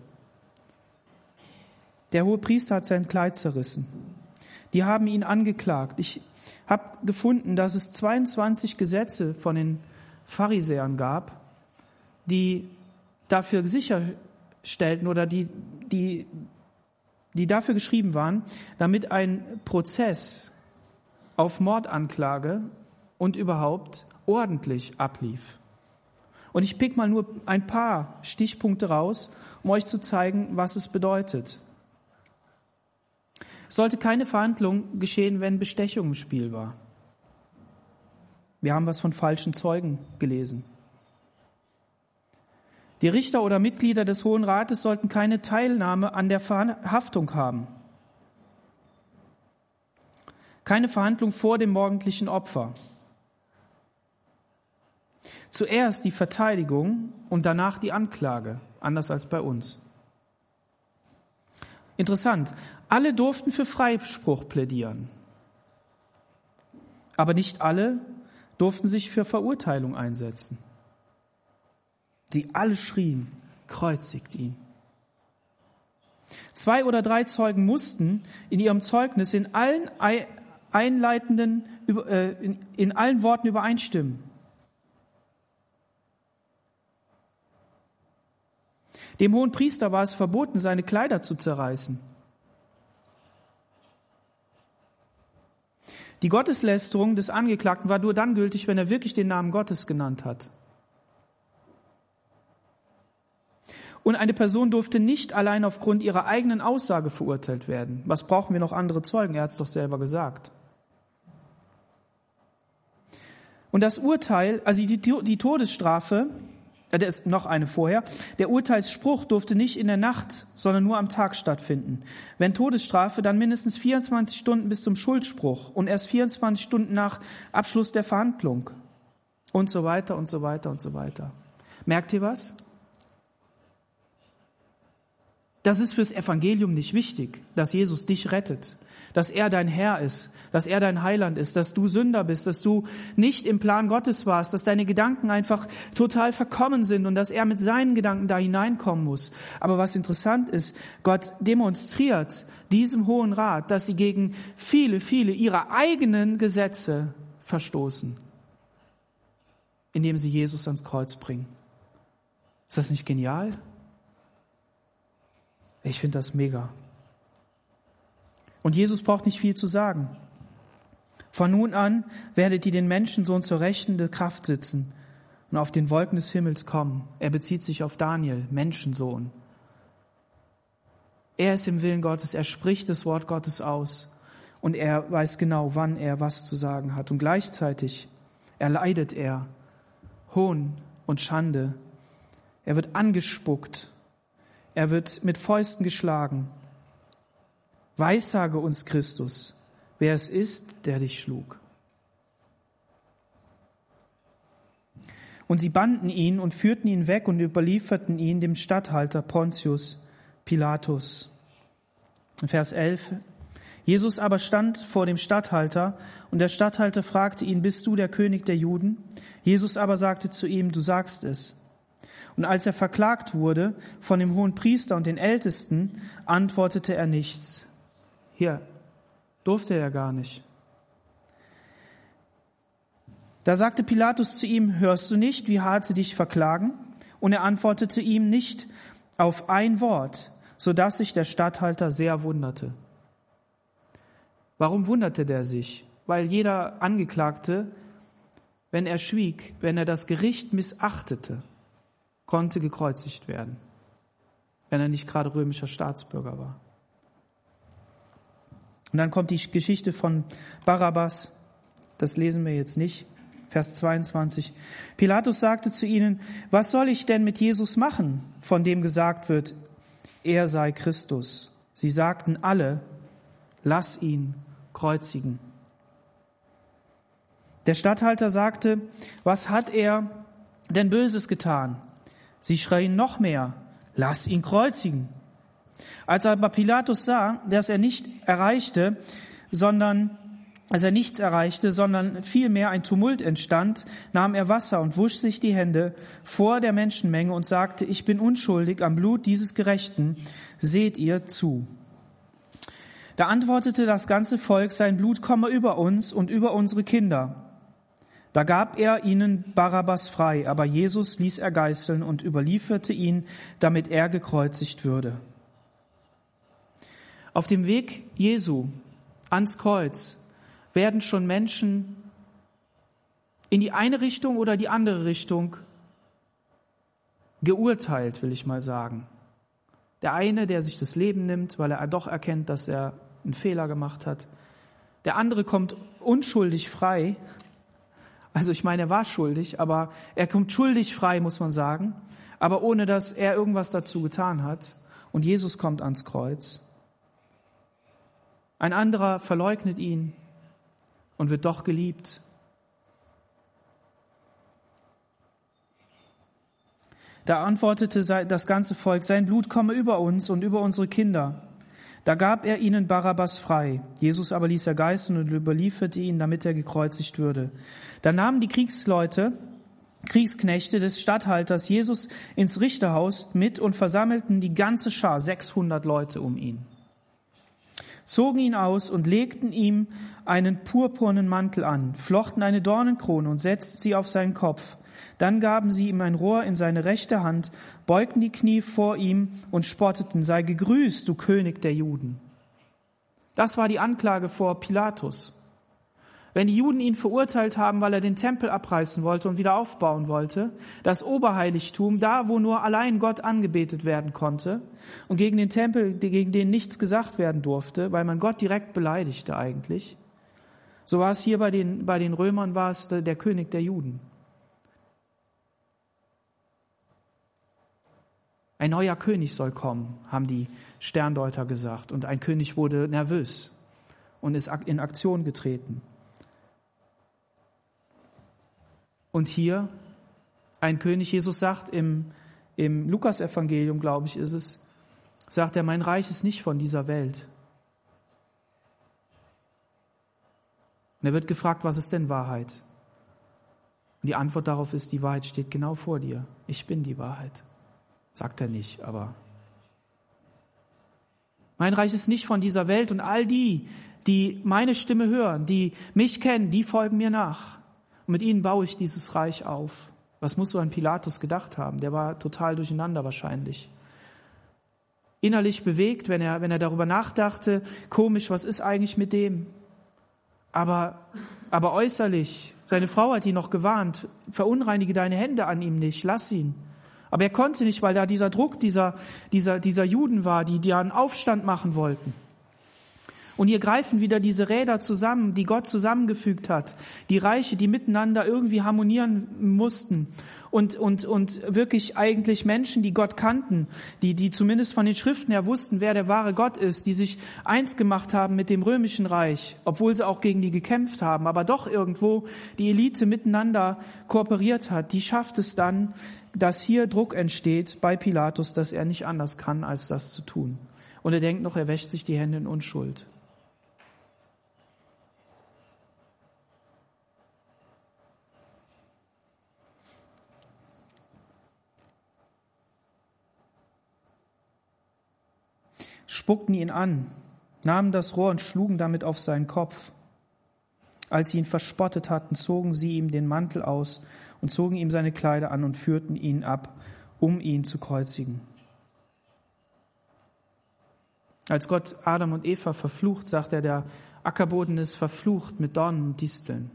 S1: Der hohe Priester hat sein Kleid zerrissen. Die haben ihn angeklagt. Ich habe gefunden, dass es zweiundzwanzig Gesetze von den Pharisäern gab, die dafür sicherstellten oder die, die, die dafür geschrieben waren, damit ein Prozess auf Mordanklage und überhaupt ordentlich ablief. Und ich pick mal nur ein paar Stichpunkte raus, um euch zu zeigen, was es bedeutet. Es sollte keine Verhandlung geschehen, wenn Bestechung im Spiel war. Wir haben was von falschen Zeugen gelesen. Die Richter oder Mitglieder des Hohen Rates sollten keine Teilnahme an der Verhaftung haben. Keine Verhandlung vor dem morgendlichen Opfer. Zuerst die Verteidigung und danach die Anklage, anders als bei uns. Interessant, alle durften für Freispruch plädieren, aber nicht alle durften sich für Verurteilung einsetzen. Sie alle schrien, kreuzigt ihn. Zwei oder drei Zeugen mussten in ihrem Zeugnis in allen einleitenden, in, in allen Worten übereinstimmen. Dem Hohenpriester war es verboten, seine Kleider zu zerreißen. Die Gotteslästerung des Angeklagten war nur dann gültig, wenn er wirklich den Namen Gottes genannt hat. Und eine Person durfte nicht allein aufgrund ihrer eigenen Aussage verurteilt werden. Was brauchen wir noch andere Zeugen? Er hat es doch selber gesagt. Und das Urteil, also die, die Todesstrafe, äh, da ist noch eine vorher, der Urteilsspruch durfte nicht in der Nacht, sondern nur am Tag stattfinden. Wenn Todesstrafe, dann mindestens vierundzwanzig Stunden bis zum Schuldspruch und erst vierundzwanzig Stunden nach Abschluss der Verhandlung und so weiter und so weiter und so weiter. Merkt ihr was? Das ist fürs Evangelium nicht wichtig, dass Jesus dich rettet, dass er dein Herr ist, dass er dein Heiland ist, dass du Sünder bist, dass du nicht im Plan Gottes warst, dass deine Gedanken einfach total verkommen sind und dass er mit seinen Gedanken da hineinkommen muss. Aber was interessant ist, Gott demonstriert diesem Hohen Rat, dass sie gegen viele, viele ihrer eigenen Gesetze verstoßen, indem sie Jesus ans Kreuz bringen. Ist das nicht genial? Ich finde das mega. Und Jesus braucht nicht viel zu sagen. Von nun an werdet ihr den Menschensohn zur Rechten der Kraft sitzen und auf den Wolken des Himmels kommen. Er bezieht sich auf Daniel, Menschensohn. Er ist im Willen Gottes, er spricht das Wort Gottes aus und er weiß genau, wann er was zu sagen hat. Und gleichzeitig erleidet er Hohn und Schande. Er wird angespuckt. Er wird mit Fäusten geschlagen. Weissage uns, Christus, wer es ist, der dich schlug. Und sie banden ihn und führten ihn weg und überlieferten ihn dem Statthalter Pontius Pilatus. Vers elf. Jesus aber stand vor dem Statthalter und der Statthalter fragte ihn, bist du der König der Juden? Jesus aber sagte zu ihm, du sagst es. Und als er verklagt wurde von dem Hohenpriester und den Ältesten, antwortete er nichts. Hier, durfte er gar nicht. Da sagte Pilatus zu ihm, hörst du nicht, wie hart sie dich verklagen? Und er antwortete ihm nicht auf ein Wort, sodass sich der Statthalter sehr wunderte. Warum wunderte der sich? Weil jeder Angeklagte, wenn er schwieg, wenn er das Gericht missachtete, konnte gekreuzigt werden, wenn er nicht gerade römischer Staatsbürger war. Und dann kommt die Geschichte von Barabbas, das lesen wir jetzt nicht, Vers zweiundzwanzig. Pilatus sagte zu ihnen, was soll ich denn mit Jesus machen, von dem gesagt wird, er sei Christus? Sie sagten alle, lass ihn kreuzigen. Der Statthalter sagte, was hat er denn Böses getan? Sie schreien noch mehr, lass ihn kreuzigen. Als aber Pilatus sah, dass er nicht erreichte, sondern, als er nichts erreichte, sondern vielmehr ein Tumult entstand, nahm er Wasser und wusch sich die Hände vor der Menschenmenge und sagte, ich bin unschuldig am Blut dieses Gerechten, seht ihr zu. Da antwortete das ganze Volk, sein Blut komme über uns und über unsere Kinder. Da gab er ihnen Barabbas frei, aber Jesus ließ er geißeln und überlieferte ihn, damit er gekreuzigt würde. Auf dem Weg Jesu ans Kreuz werden schon Menschen in die eine Richtung oder die andere Richtung geurteilt, will ich mal sagen. Der eine, der sich das Leben nimmt, weil er doch erkennt, dass er einen Fehler gemacht hat. Der andere kommt unschuldig frei. Also ich meine, er war schuldig, aber er kommt schuldig frei, muss man sagen, aber ohne, dass er irgendwas dazu getan hat. Und Jesus kommt ans Kreuz. Ein anderer verleugnet ihn und wird doch geliebt. Da antwortete das ganze Volk, sein Blut komme über uns und über unsere Kinder. Da gab er ihnen Barabbas frei. Jesus aber ließ er geißeln und überlieferte ihn, damit er gekreuzigt würde. Da nahmen die Kriegsleute, Kriegsknechte des Statthalters Jesus ins Richterhaus mit und versammelten die ganze Schar, sechshundert Leute um ihn. Zogen ihn aus und legten ihm einen purpurnen Mantel an, flochten eine Dornenkrone und setzten sie auf seinen Kopf. Dann gaben sie ihm ein Rohr in seine rechte Hand, beugten die Knie vor ihm und spotteten: Sei gegrüßt, du König der Juden. Das war die Anklage vor Pilatus. Wenn die Juden ihn verurteilt haben, weil er den Tempel abreißen wollte und wieder aufbauen wollte, das Oberheiligtum, da wo nur allein Gott angebetet werden konnte und gegen den Tempel, gegen den nichts gesagt werden durfte, weil man Gott direkt beleidigte eigentlich, so war es hier bei den, bei den Römern, war es der König der Juden. Ein neuer König soll kommen, haben die Sterndeuter gesagt. Und ein König wurde nervös und ist in Aktion getreten. Und hier ein König, Jesus sagt im, im Lukas-Evangelium, glaube ich, ist es, sagt er: Mein Reich ist nicht von dieser Welt. Und er wird gefragt: Was ist denn Wahrheit? Und die Antwort darauf ist: Die Wahrheit steht genau vor dir. Ich bin die Wahrheit. Sagt er nicht, aber mein Reich ist nicht von dieser Welt, und all die, die meine Stimme hören, die mich kennen, die folgen mir nach. Und mit ihnen baue ich dieses Reich auf. Was muss so ein Pilatus gedacht haben? Der war total durcheinander wahrscheinlich. Innerlich bewegt, wenn er, wenn er darüber nachdachte: Komisch, was ist eigentlich mit dem? Aber, aber äußerlich, seine Frau hat ihn noch gewarnt: Verunreinige deine Hände an ihm nicht, lass ihn. Aber er konnte nicht, weil da dieser Druck dieser, dieser, dieser Juden war, die, die einen Aufstand machen wollten. Und hier greifen wieder diese Räder zusammen, die Gott zusammengefügt hat. Die Reiche, die miteinander irgendwie harmonieren mussten. Und, und, und wirklich eigentlich Menschen, die Gott kannten, die, die zumindest von den Schriften her wussten, wer der wahre Gott ist, die sich eins gemacht haben mit dem römischen Reich, obwohl sie auch gegen die gekämpft haben, aber doch irgendwo die Elite miteinander kooperiert hat. Die schafft es dann, dass hier Druck entsteht bei Pilatus, dass er nicht anders kann, als das zu tun. Und er denkt noch, er wäscht sich die Hände in Unschuld. Spuckten ihn an, nahmen das Rohr und schlugen damit auf seinen Kopf. Als sie ihn verspottet hatten, zogen sie ihm den Mantel aus und zogen ihm seine Kleider an und führten ihn ab, um ihn zu kreuzigen. Als Gott Adam und Eva verflucht, sagt er, der Ackerboden ist verflucht mit Dornen und Disteln.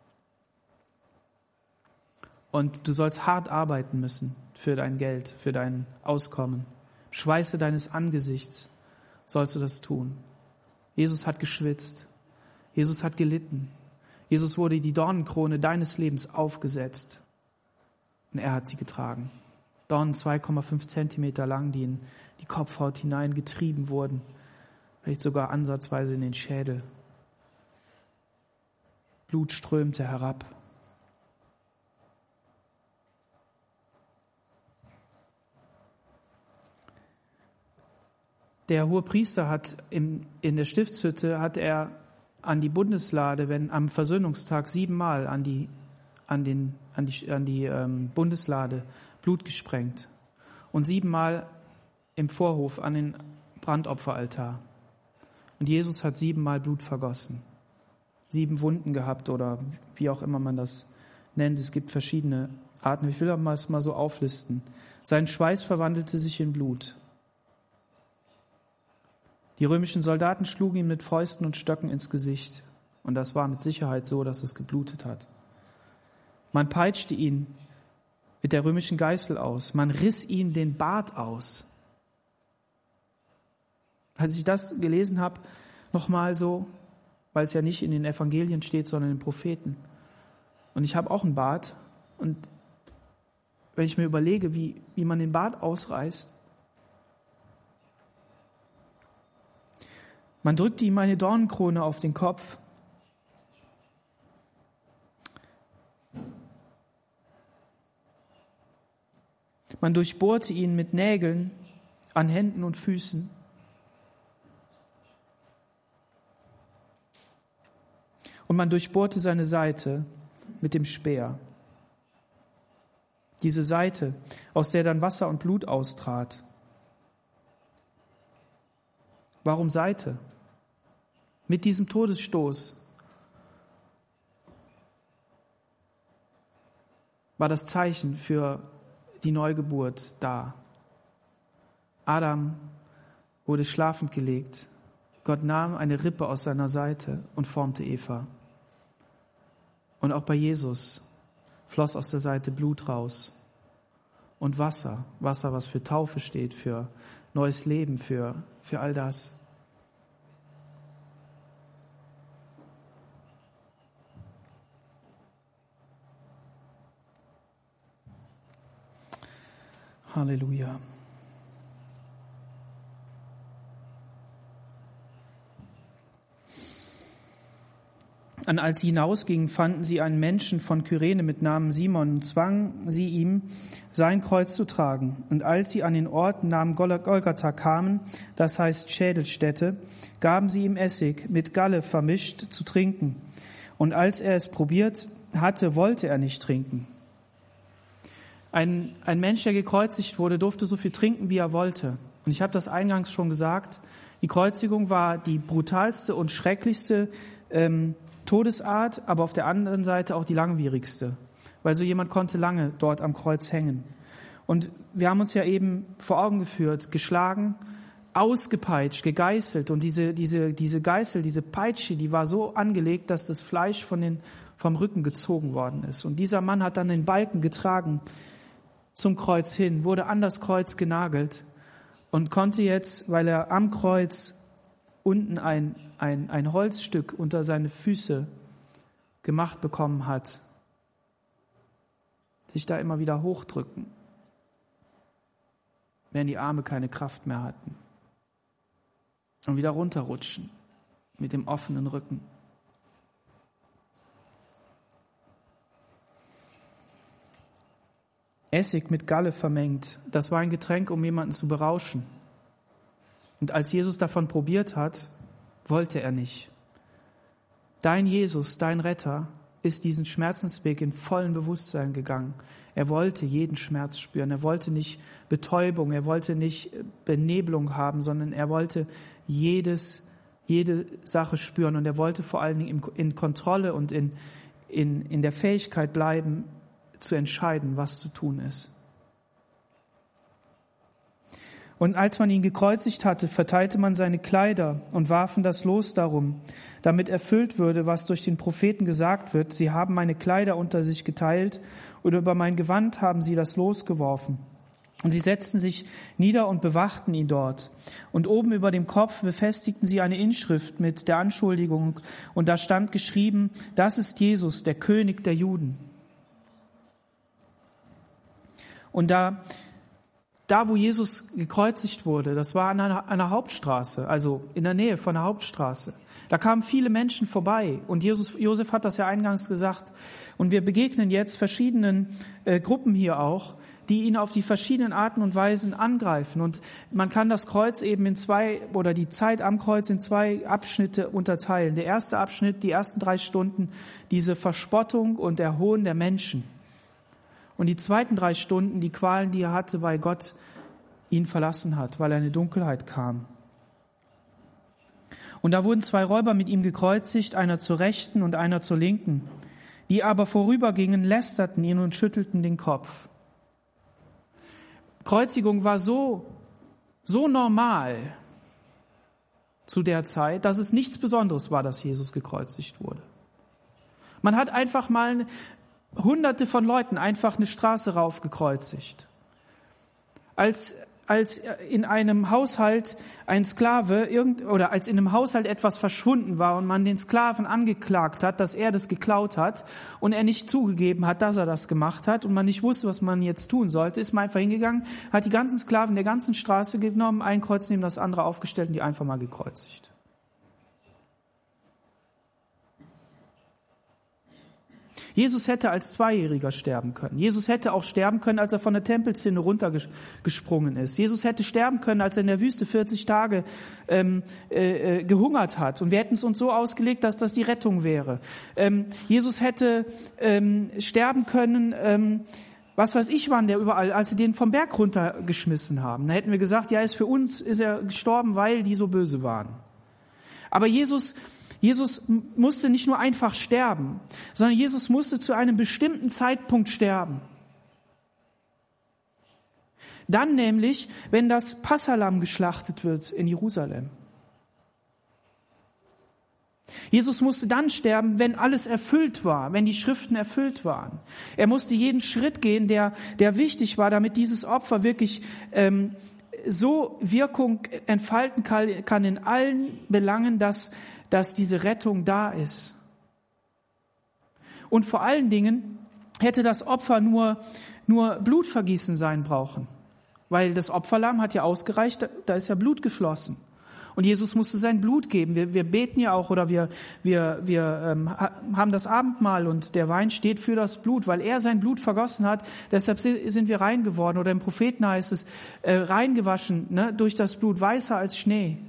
S1: Und du sollst hart arbeiten müssen für dein Geld, für dein Auskommen. Schweiße deines Angesichts sollst du das tun. Jesus hat geschwitzt. Jesus hat gelitten. Jesus wurde die Dornenkrone deines Lebens aufgesetzt. Und er hat sie getragen. Dornen zwei Komma fünf Zentimeter lang, die in die Kopfhaut hineingetrieben wurden. Vielleicht sogar ansatzweise in den Schädel. Blut strömte herab. Der Hohepriester hat im, in der Stiftshütte hat er an die Bundeslade, wenn am Versöhnungstag siebenmal an die an den an die an die ähm, Bundeslade Blut gesprengt und siebenmal im Vorhof an den Brandopferaltar. Und Jesus hat siebenmal Blut vergossen, sieben Wunden gehabt oder wie auch immer man das nennt. Es gibt verschiedene Arten. Ich will das mal so auflisten. Sein Schweiß verwandelte sich in Blut. Die römischen Soldaten schlugen ihm mit Fäusten und Stöcken ins Gesicht. Und das war mit Sicherheit so, dass es geblutet hat. Man peitschte ihn mit der römischen Geißel aus. Man riss ihm den Bart aus. Als ich das gelesen habe, nochmal so, weil es ja nicht in den Evangelien steht, sondern in den Propheten. Und ich habe auch einen Bart. Und wenn ich mir überlege, wie, wie man den Bart ausreißt, man drückte ihm eine Dornenkrone auf den Kopf. Man durchbohrte ihn mit Nägeln an Händen und Füßen. Und man durchbohrte seine Seite mit dem Speer. Diese Seite, aus der dann Wasser und Blut austrat. Warum Seite? Mit diesem Todesstoß war das Zeichen für die Neugeburt da. Adam wurde schlafend gelegt. Gott nahm eine Rippe aus seiner Seite und formte Eva. Und auch bei Jesus floss aus der Seite Blut raus und Wasser. Wasser, was für Taufe steht, für neues Leben, für, für all das. Halleluja. Und als sie hinausgingen, fanden sie einen Menschen von Kyrene mit Namen Simon und zwangen sie ihm, sein Kreuz zu tragen. Und als sie an den Ort Namen Golgatha kamen, das heißt Schädelstätte, gaben sie ihm Essig mit Galle vermischt zu trinken. Und als er es probiert hatte, wollte er nicht trinken. Ein, ein Mensch, der gekreuzigt wurde, durfte so viel trinken, wie er wollte. Und ich habe das eingangs schon gesagt, die Kreuzigung war die brutalste und schrecklichste ähm, Todesart, aber auf der anderen Seite auch die langwierigste, weil so jemand konnte lange dort am Kreuz hängen. Und wir haben uns ja eben vor Augen geführt, geschlagen, ausgepeitscht, gegeißelt, und diese, diese, diese Geißel, diese Peitsche, die war so angelegt, dass das Fleisch von den, vom Rücken gezogen worden ist. Und dieser Mann hat dann den Balken getragen zum Kreuz hin, wurde an das Kreuz genagelt und konnte jetzt, weil er am Kreuz unten ein, ein, ein Holzstück unter seine Füße gemacht bekommen hat, sich da immer wieder hochdrücken, wenn die Arme keine Kraft mehr hatten, und wieder runterrutschen mit dem offenen Rücken. Essig mit Galle vermengt, das war ein Getränk, um jemanden zu berauschen. Und als Jesus davon probiert hat, wollte er nicht. Dein Jesus, dein Retter, ist diesen Schmerzensweg in vollen Bewusstsein gegangen. Er wollte jeden Schmerz spüren. Er wollte nicht Betäubung, er wollte nicht Benebelung haben, sondern er wollte jedes, jede Sache spüren. Und er wollte vor allen Dingen in Kontrolle und in, in, in der Fähigkeit bleiben, zu entscheiden, was zu tun ist. Und als man ihn gekreuzigt hatte, verteilte man seine Kleider und warfen das Los darum, damit erfüllt würde, was durch den Propheten gesagt wird: Sie haben meine Kleider unter sich geteilt und über mein Gewand haben sie das Los geworfen. Und sie setzten sich nieder und bewachten ihn dort. Und oben über dem Kopf befestigten sie eine Inschrift mit der Anschuldigung, und da stand geschrieben: Das ist Jesus, der König der Juden. Und da Da, wo Jesus gekreuzigt wurde, das war an einer, einer Hauptstraße, also in der Nähe von der Hauptstraße. Da kamen viele Menschen vorbei, und Jesus, Josef hat das ja eingangs gesagt. Und wir begegnen jetzt verschiedenen äh, Gruppen hier auch, die ihn auf die verschiedenen Arten und Weisen angreifen. Und man kann das Kreuz eben in zwei, oder die Zeit am Kreuz in zwei Abschnitte unterteilen. Der erste Abschnitt, die ersten drei Stunden, diese Verspottung und der Hohn der Menschen. Und die zweiten drei Stunden, die Qualen, die er hatte, weil Gott ihn verlassen hat, weil er in die Dunkelheit kam. Und da wurden zwei Räuber mit ihm gekreuzigt, einer zur Rechten und einer zur Linken. Die aber vorübergingen, lästerten ihn und schüttelten den Kopf. Kreuzigung war so, so normal zu der Zeit, dass es nichts Besonderes war, dass Jesus gekreuzigt wurde. Man hat einfach mal Hunderte von Leuten einfach eine Straße rauf gekreuzigt. Als, als in einem Haushalt ein Sklave irgend, oder als in einem Haushalt etwas verschwunden war und man den Sklaven angeklagt hat, dass er das geklaut hat, und er nicht zugegeben hat, dass er das gemacht hat, und man nicht wusste, was man jetzt tun sollte, ist man einfach hingegangen, hat die ganzen Sklaven der ganzen Straße genommen, ein Kreuz neben das andere aufgestellt und die einfach mal gekreuzigt. Jesus hätte als Zweijähriger sterben können. Jesus hätte auch sterben können, als er von der Tempelzinne runtergesprungen ist. Jesus hätte sterben können, als er in der Wüste vierzig Tage ähm, äh, gehungert hat. Und wir hätten es uns so ausgelegt, dass das die Rettung wäre. Ähm, Jesus hätte ähm, sterben können, ähm, was weiß ich wann, der überall, als sie den vom Berg runtergeschmissen haben. Da hätten wir gesagt, ja, ist für uns ist er gestorben, weil die so böse waren. Aber Jesus Jesus musste nicht nur einfach sterben, sondern Jesus musste zu einem bestimmten Zeitpunkt sterben. Dann nämlich, wenn das Passalamm geschlachtet wird in Jerusalem. Jesus musste dann sterben, wenn alles erfüllt war, wenn die Schriften erfüllt waren. Er musste jeden Schritt gehen, der, der wichtig war, damit dieses Opfer wirklich ähm, so Wirkung entfalten kann, kann in allen Belangen, dass, dass diese Rettung da ist. Und vor allen Dingen hätte das Opfer nur, nur Blutvergießen sein brauchen. Weil das Opferlamm hat ja ausgereicht, da, da ist ja Blut geflossen. Und Jesus musste sein Blut geben. Wir, wir beten ja auch oder wir, wir, wir ähm, haben das Abendmahl und der Wein steht für das Blut, weil er sein Blut vergossen hat. Deshalb sind wir rein geworden. Oder im Propheten heißt es, äh, reingewaschen, ne, durch das Blut, weißer als Schnee.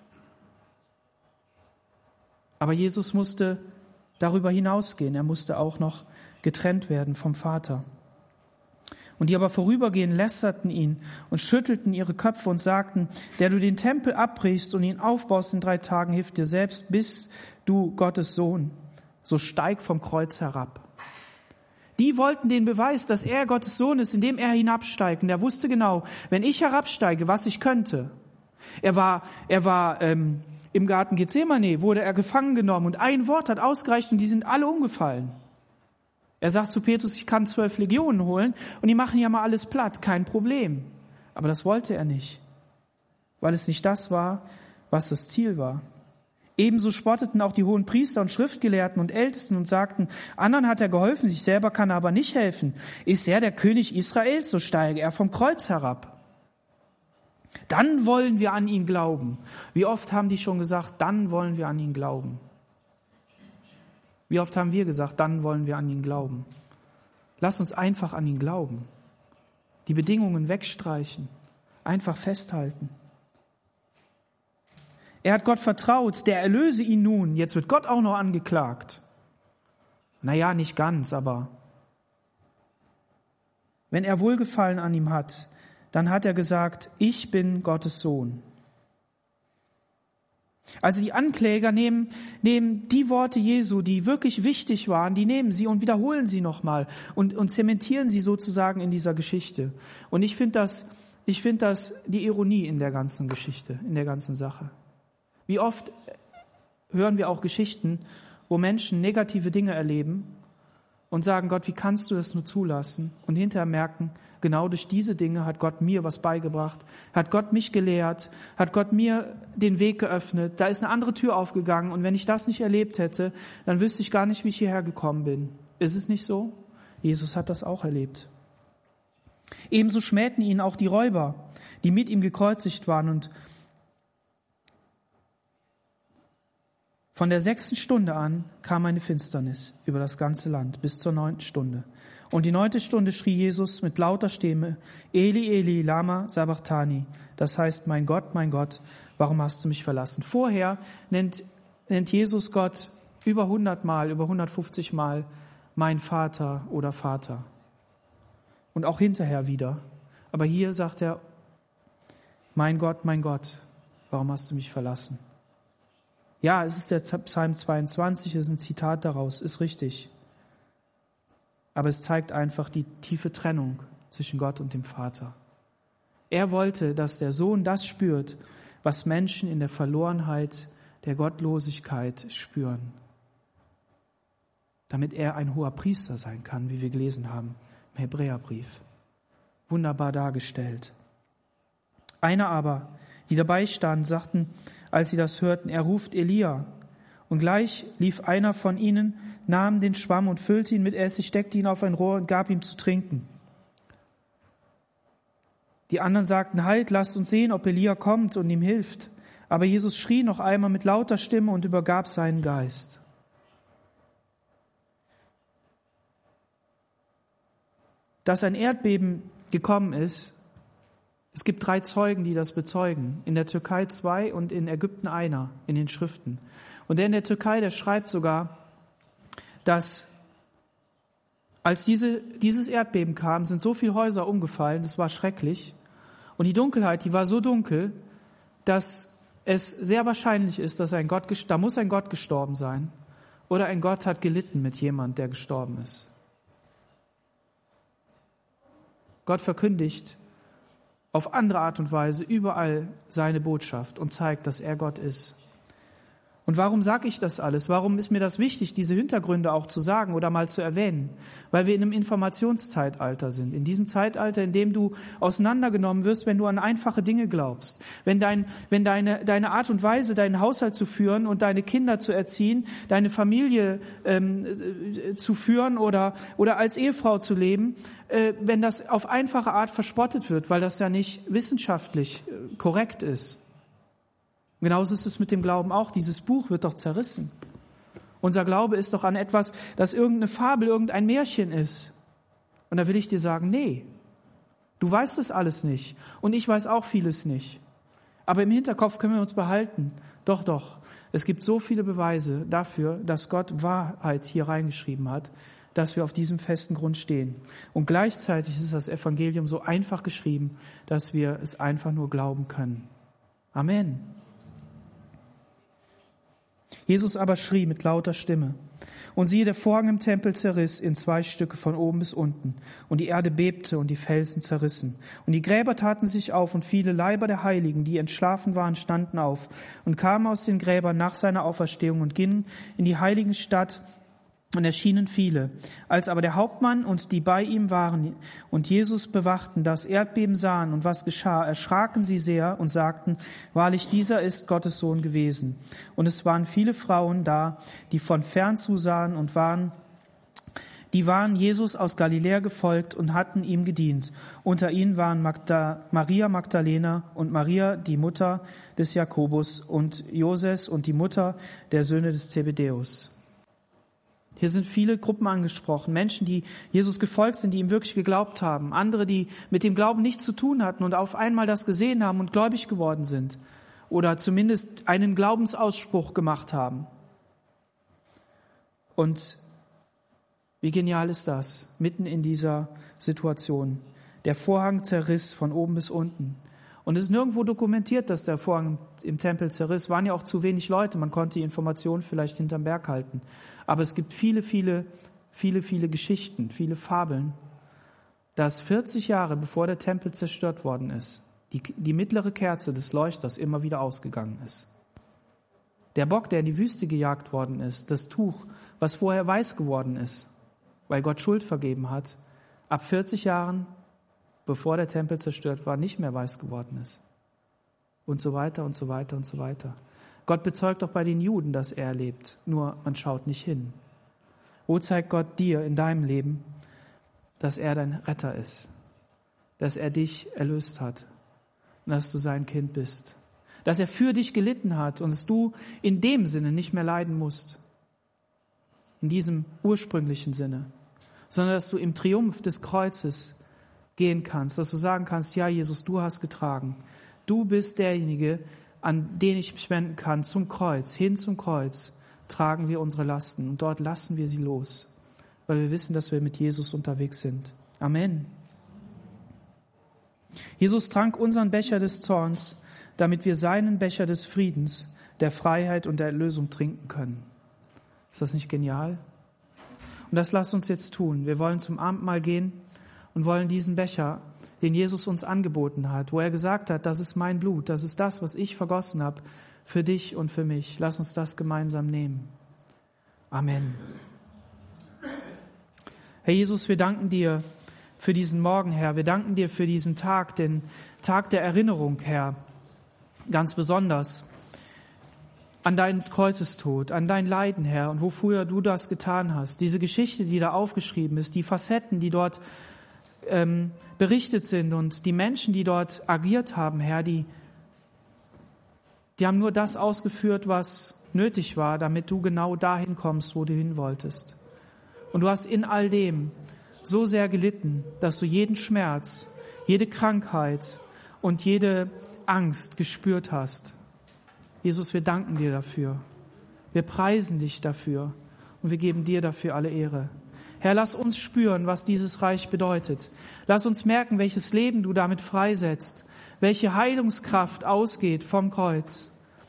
S1: Aber Jesus musste darüber hinausgehen. Er musste auch noch getrennt werden vom Vater. Und die aber vorübergehend lästerten ihn und schüttelten ihre Köpfe und sagten, der du den Tempel abbrichst und ihn aufbaust in drei Tagen, hilf dir selbst, bist du Gottes Sohn. So steig vom Kreuz herab. Die wollten den Beweis, dass er Gottes Sohn ist, indem er hinabsteigt. Und er wusste genau, wenn ich herabsteige, was ich könnte. Er war, er war ähm, im Garten Gethsemane, wurde er gefangen genommen und ein Wort hat ausgereicht und die sind alle umgefallen. Er sagt zu Petrus, ich kann zwölf Legionen holen und die machen ja mal alles platt, kein Problem. Aber das wollte er nicht, weil es nicht das war, was das Ziel war. Ebenso spotteten auch die hohen Priester und Schriftgelehrten und Ältesten und sagten, anderen hat er geholfen, sich selber kann er aber nicht helfen. Ist er der König Israels, so steige er vom Kreuz herab. Dann wollen wir an ihn glauben. Wie oft haben die schon gesagt, dann wollen wir an ihn glauben. Wie oft haben wir gesagt, dann wollen wir an ihn glauben. Lass uns einfach an ihn glauben. Die Bedingungen wegstreichen. Einfach festhalten. Er hat Gott vertraut, der erlöse ihn nun. Jetzt wird Gott auch noch angeklagt. Naja, nicht ganz, aber wenn er Wohlgefallen an ihm hat, dann hat er gesagt, ich bin Gottes Sohn. Also die Ankläger nehmen, nehmen die Worte Jesu, die wirklich wichtig waren, die nehmen sie und wiederholen sie nochmal und, und zementieren sie sozusagen in dieser Geschichte. Und ich finde das, ich finde das die Ironie in der ganzen Geschichte, in der ganzen Sache. Wie oft hören wir auch Geschichten, wo Menschen negative Dinge erleben und sagen, Gott, wie kannst du das nur zulassen? Und hinterher merken, genau durch diese Dinge hat Gott mir was beigebracht, hat Gott mich gelehrt, hat Gott mir den Weg geöffnet, da ist eine andere Tür aufgegangen und wenn ich das nicht erlebt hätte, dann wüsste ich gar nicht, wie ich hierher gekommen bin. Ist es nicht so? Jesus hat das auch erlebt. Ebenso schmähten ihn auch die Räuber, die mit ihm gekreuzigt waren und von der sechsten Stunde an kam eine Finsternis über das ganze Land bis zur neunten Stunde. Und die neunte Stunde schrie Jesus mit lauter Stimme, Eli, Eli, lama sabachthani. Das heißt, mein Gott, mein Gott, warum hast du mich verlassen? Vorher nennt, nennt Jesus Gott über hundert Mal, über hundertfünfzig Mal mein Vater oder Vater. Und auch hinterher wieder. Aber hier sagt er, mein Gott, mein Gott, warum hast du mich verlassen? Ja, es ist der Psalm zweiundzwanzig, es ist ein Zitat daraus, ist richtig. Aber es zeigt einfach die tiefe Trennung zwischen Gott und dem Vater. Er wollte, dass der Sohn das spürt, was Menschen in der Verlorenheit, der Gottlosigkeit spüren. Damit er ein hoher Priester sein kann, wie wir gelesen haben im Hebräerbrief. Wunderbar dargestellt. Einer aber, die dabei standen, sagten, als sie das hörten, er ruft Elia. Und gleich lief einer von ihnen, nahm den Schwamm und füllte ihn mit Essig, steckte ihn auf ein Rohr und gab ihm zu trinken. Die anderen sagten, halt, lasst uns sehen, ob Elia kommt und ihm hilft. Aber Jesus schrie noch einmal mit lauter Stimme und übergab seinen Geist. Dass ein Erdbeben gekommen ist, es gibt drei Zeugen, die das bezeugen. In der Türkei zwei und in Ägypten einer, in den Schriften. Und der in der Türkei, der schreibt sogar, dass als diese, dieses Erdbeben kam, sind so viele Häuser umgefallen, das war schrecklich. Und die Dunkelheit, die war so dunkel, dass es sehr wahrscheinlich ist, dass ein Gott, da muss ein Gott gestorben sein oder ein Gott hat gelitten mit jemand, der gestorben ist. Gott verkündigt auf andere Art und Weise überall seine Botschaft und zeigt, dass er Gott ist. Und warum sage ich das alles? Warum ist mir das wichtig, diese Hintergründe auch zu sagen oder mal zu erwähnen? Weil wir in einem Informationszeitalter sind. In diesem Zeitalter, in dem du auseinandergenommen wirst, wenn du an einfache Dinge glaubst. Wenn dein, wenn deine, deine Art und Weise, deinen Haushalt zu führen und deine Kinder zu erziehen, deine Familie ähm, äh, zu führen oder, oder als Ehefrau zu leben, äh, wenn das auf einfache Art verspottet wird, weil das ja nicht wissenschaftlich äh, korrekt ist. Genauso ist es mit dem Glauben auch. Dieses Buch wird doch zerrissen. Unser Glaube ist doch an etwas, das irgendeine Fabel, irgendein Märchen ist. Und da will ich dir sagen, nee, du weißt das alles nicht. Und ich weiß auch vieles nicht. Aber im Hinterkopf können wir uns behalten. Doch, doch, es gibt so viele Beweise dafür, dass Gott Wahrheit hier reingeschrieben hat, dass wir auf diesem festen Grund stehen. Und gleichzeitig ist das Evangelium so einfach geschrieben, dass wir es einfach nur glauben können. Amen. Jesus aber schrie mit lauter Stimme. Und siehe, der Vorhang im Tempel zerriss in zwei Stücke von oben bis unten. Und die Erde bebte und die Felsen zerrissen. Und die Gräber taten sich auf und viele Leiber der Heiligen, die entschlafen waren, standen auf und kamen aus den Gräbern nach seiner Auferstehung und gingen in die heilige Stadt. Und erschienen viele. Als aber der Hauptmann und die bei ihm waren und Jesus bewachten, das Erdbeben sahen und was geschah, erschraken sie sehr und sagten, wahrlich, dieser ist Gottes Sohn gewesen. Und es waren viele Frauen da, die von fern zusahen und waren, die waren Jesus aus Galiläa gefolgt und hatten ihm gedient. Unter ihnen waren Magda, Maria Magdalena und Maria, die Mutter des Jakobus und Joses und die Mutter der Söhne des Zebedäus. Hier sind viele Gruppen angesprochen, Menschen, die Jesus gefolgt sind, die ihm wirklich geglaubt haben, andere, die mit dem Glauben nichts zu tun hatten und auf einmal das gesehen haben und gläubig geworden sind oder zumindest einen Glaubensausspruch gemacht haben. Und wie genial ist das, mitten in dieser Situation. Der Vorhang zerriss von oben bis unten. Und es ist nirgendwo dokumentiert, dass der Vorhang im Tempel zerriss. Es waren ja auch zu wenig Leute, man konnte die Informationen vielleicht hinterm Berg halten. Aber es gibt viele, viele, viele, viele Geschichten, viele Fabeln, dass vierzig Jahre bevor der Tempel zerstört worden ist, die, die mittlere Kerze des Leuchters immer wieder ausgegangen ist. Der Bock, der in die Wüste gejagt worden ist, das Tuch, was vorher weiß geworden ist, weil Gott Schuld vergeben hat, ab vierzig Jahren, bevor der Tempel zerstört war, nicht mehr weiß geworden ist. Und so weiter und so weiter und so weiter. Gott bezeugt auch bei den Juden, dass er lebt, nur man schaut nicht hin. Wo zeigt Gott dir in deinem Leben, dass er dein Retter ist, dass er dich erlöst hat und dass du sein Kind bist, dass er für dich gelitten hat und dass du in dem Sinne nicht mehr leiden musst, in diesem ursprünglichen Sinne, sondern dass du im Triumph des Kreuzes gehen kannst, dass du sagen kannst, ja Jesus, du hast getragen, du bist derjenige, an den ich mich wenden kann, zum Kreuz, hin zum Kreuz, tragen wir unsere Lasten und dort lassen wir sie los, weil wir wissen, dass wir mit Jesus unterwegs sind. Amen. Jesus trank unseren Becher des Zorns, damit wir seinen Becher des Friedens, der Freiheit und der Erlösung trinken können. Ist das nicht genial? Und das lasst uns jetzt tun. Wir wollen zum Abendmahl gehen und wollen diesen Becher, den Jesus uns angeboten hat, wo er gesagt hat, das ist mein Blut, das ist das, was ich vergossen habe, für dich und für mich. Lass uns das gemeinsam nehmen. Amen. Herr Jesus, wir danken dir für diesen Morgen, Herr. Wir danken dir für diesen Tag, den Tag der Erinnerung, Herr. Ganz besonders an deinen Kreuzestod, an dein Leiden, Herr, und wofür du das getan hast. Diese Geschichte, die da aufgeschrieben ist, die Facetten, die dort ähm, berichtet sind und die Menschen, die dort agiert haben, Herr, die, die haben nur das ausgeführt, was nötig war, damit du genau dahin kommst, wo du hin wolltest. Und du hast in all dem so sehr gelitten, dass du jeden Schmerz, jede Krankheit und jede Angst gespürt hast. Jesus, wir danken dir dafür. Wir preisen dich dafür und wir geben dir dafür alle Ehre. Herr, lass uns spüren, was dieses Reich bedeutet. Lass uns merken, welches Leben du damit freisetzt, welche Heilungskraft ausgeht vom Kreuz.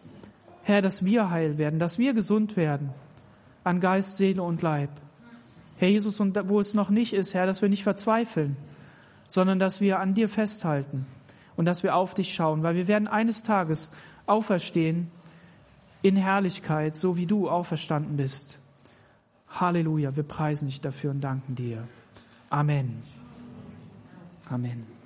S1: Herr, dass wir heil werden, dass wir gesund werden an Geist, Seele und Leib. Herr Jesus, und wo es noch nicht ist, Herr, dass wir nicht verzweifeln, sondern dass wir an dir festhalten und dass wir auf dich schauen, weil wir werden eines Tages auferstehen in Herrlichkeit, so wie du auferstanden bist. Halleluja, wir preisen dich dafür und danken dir. Amen. Amen.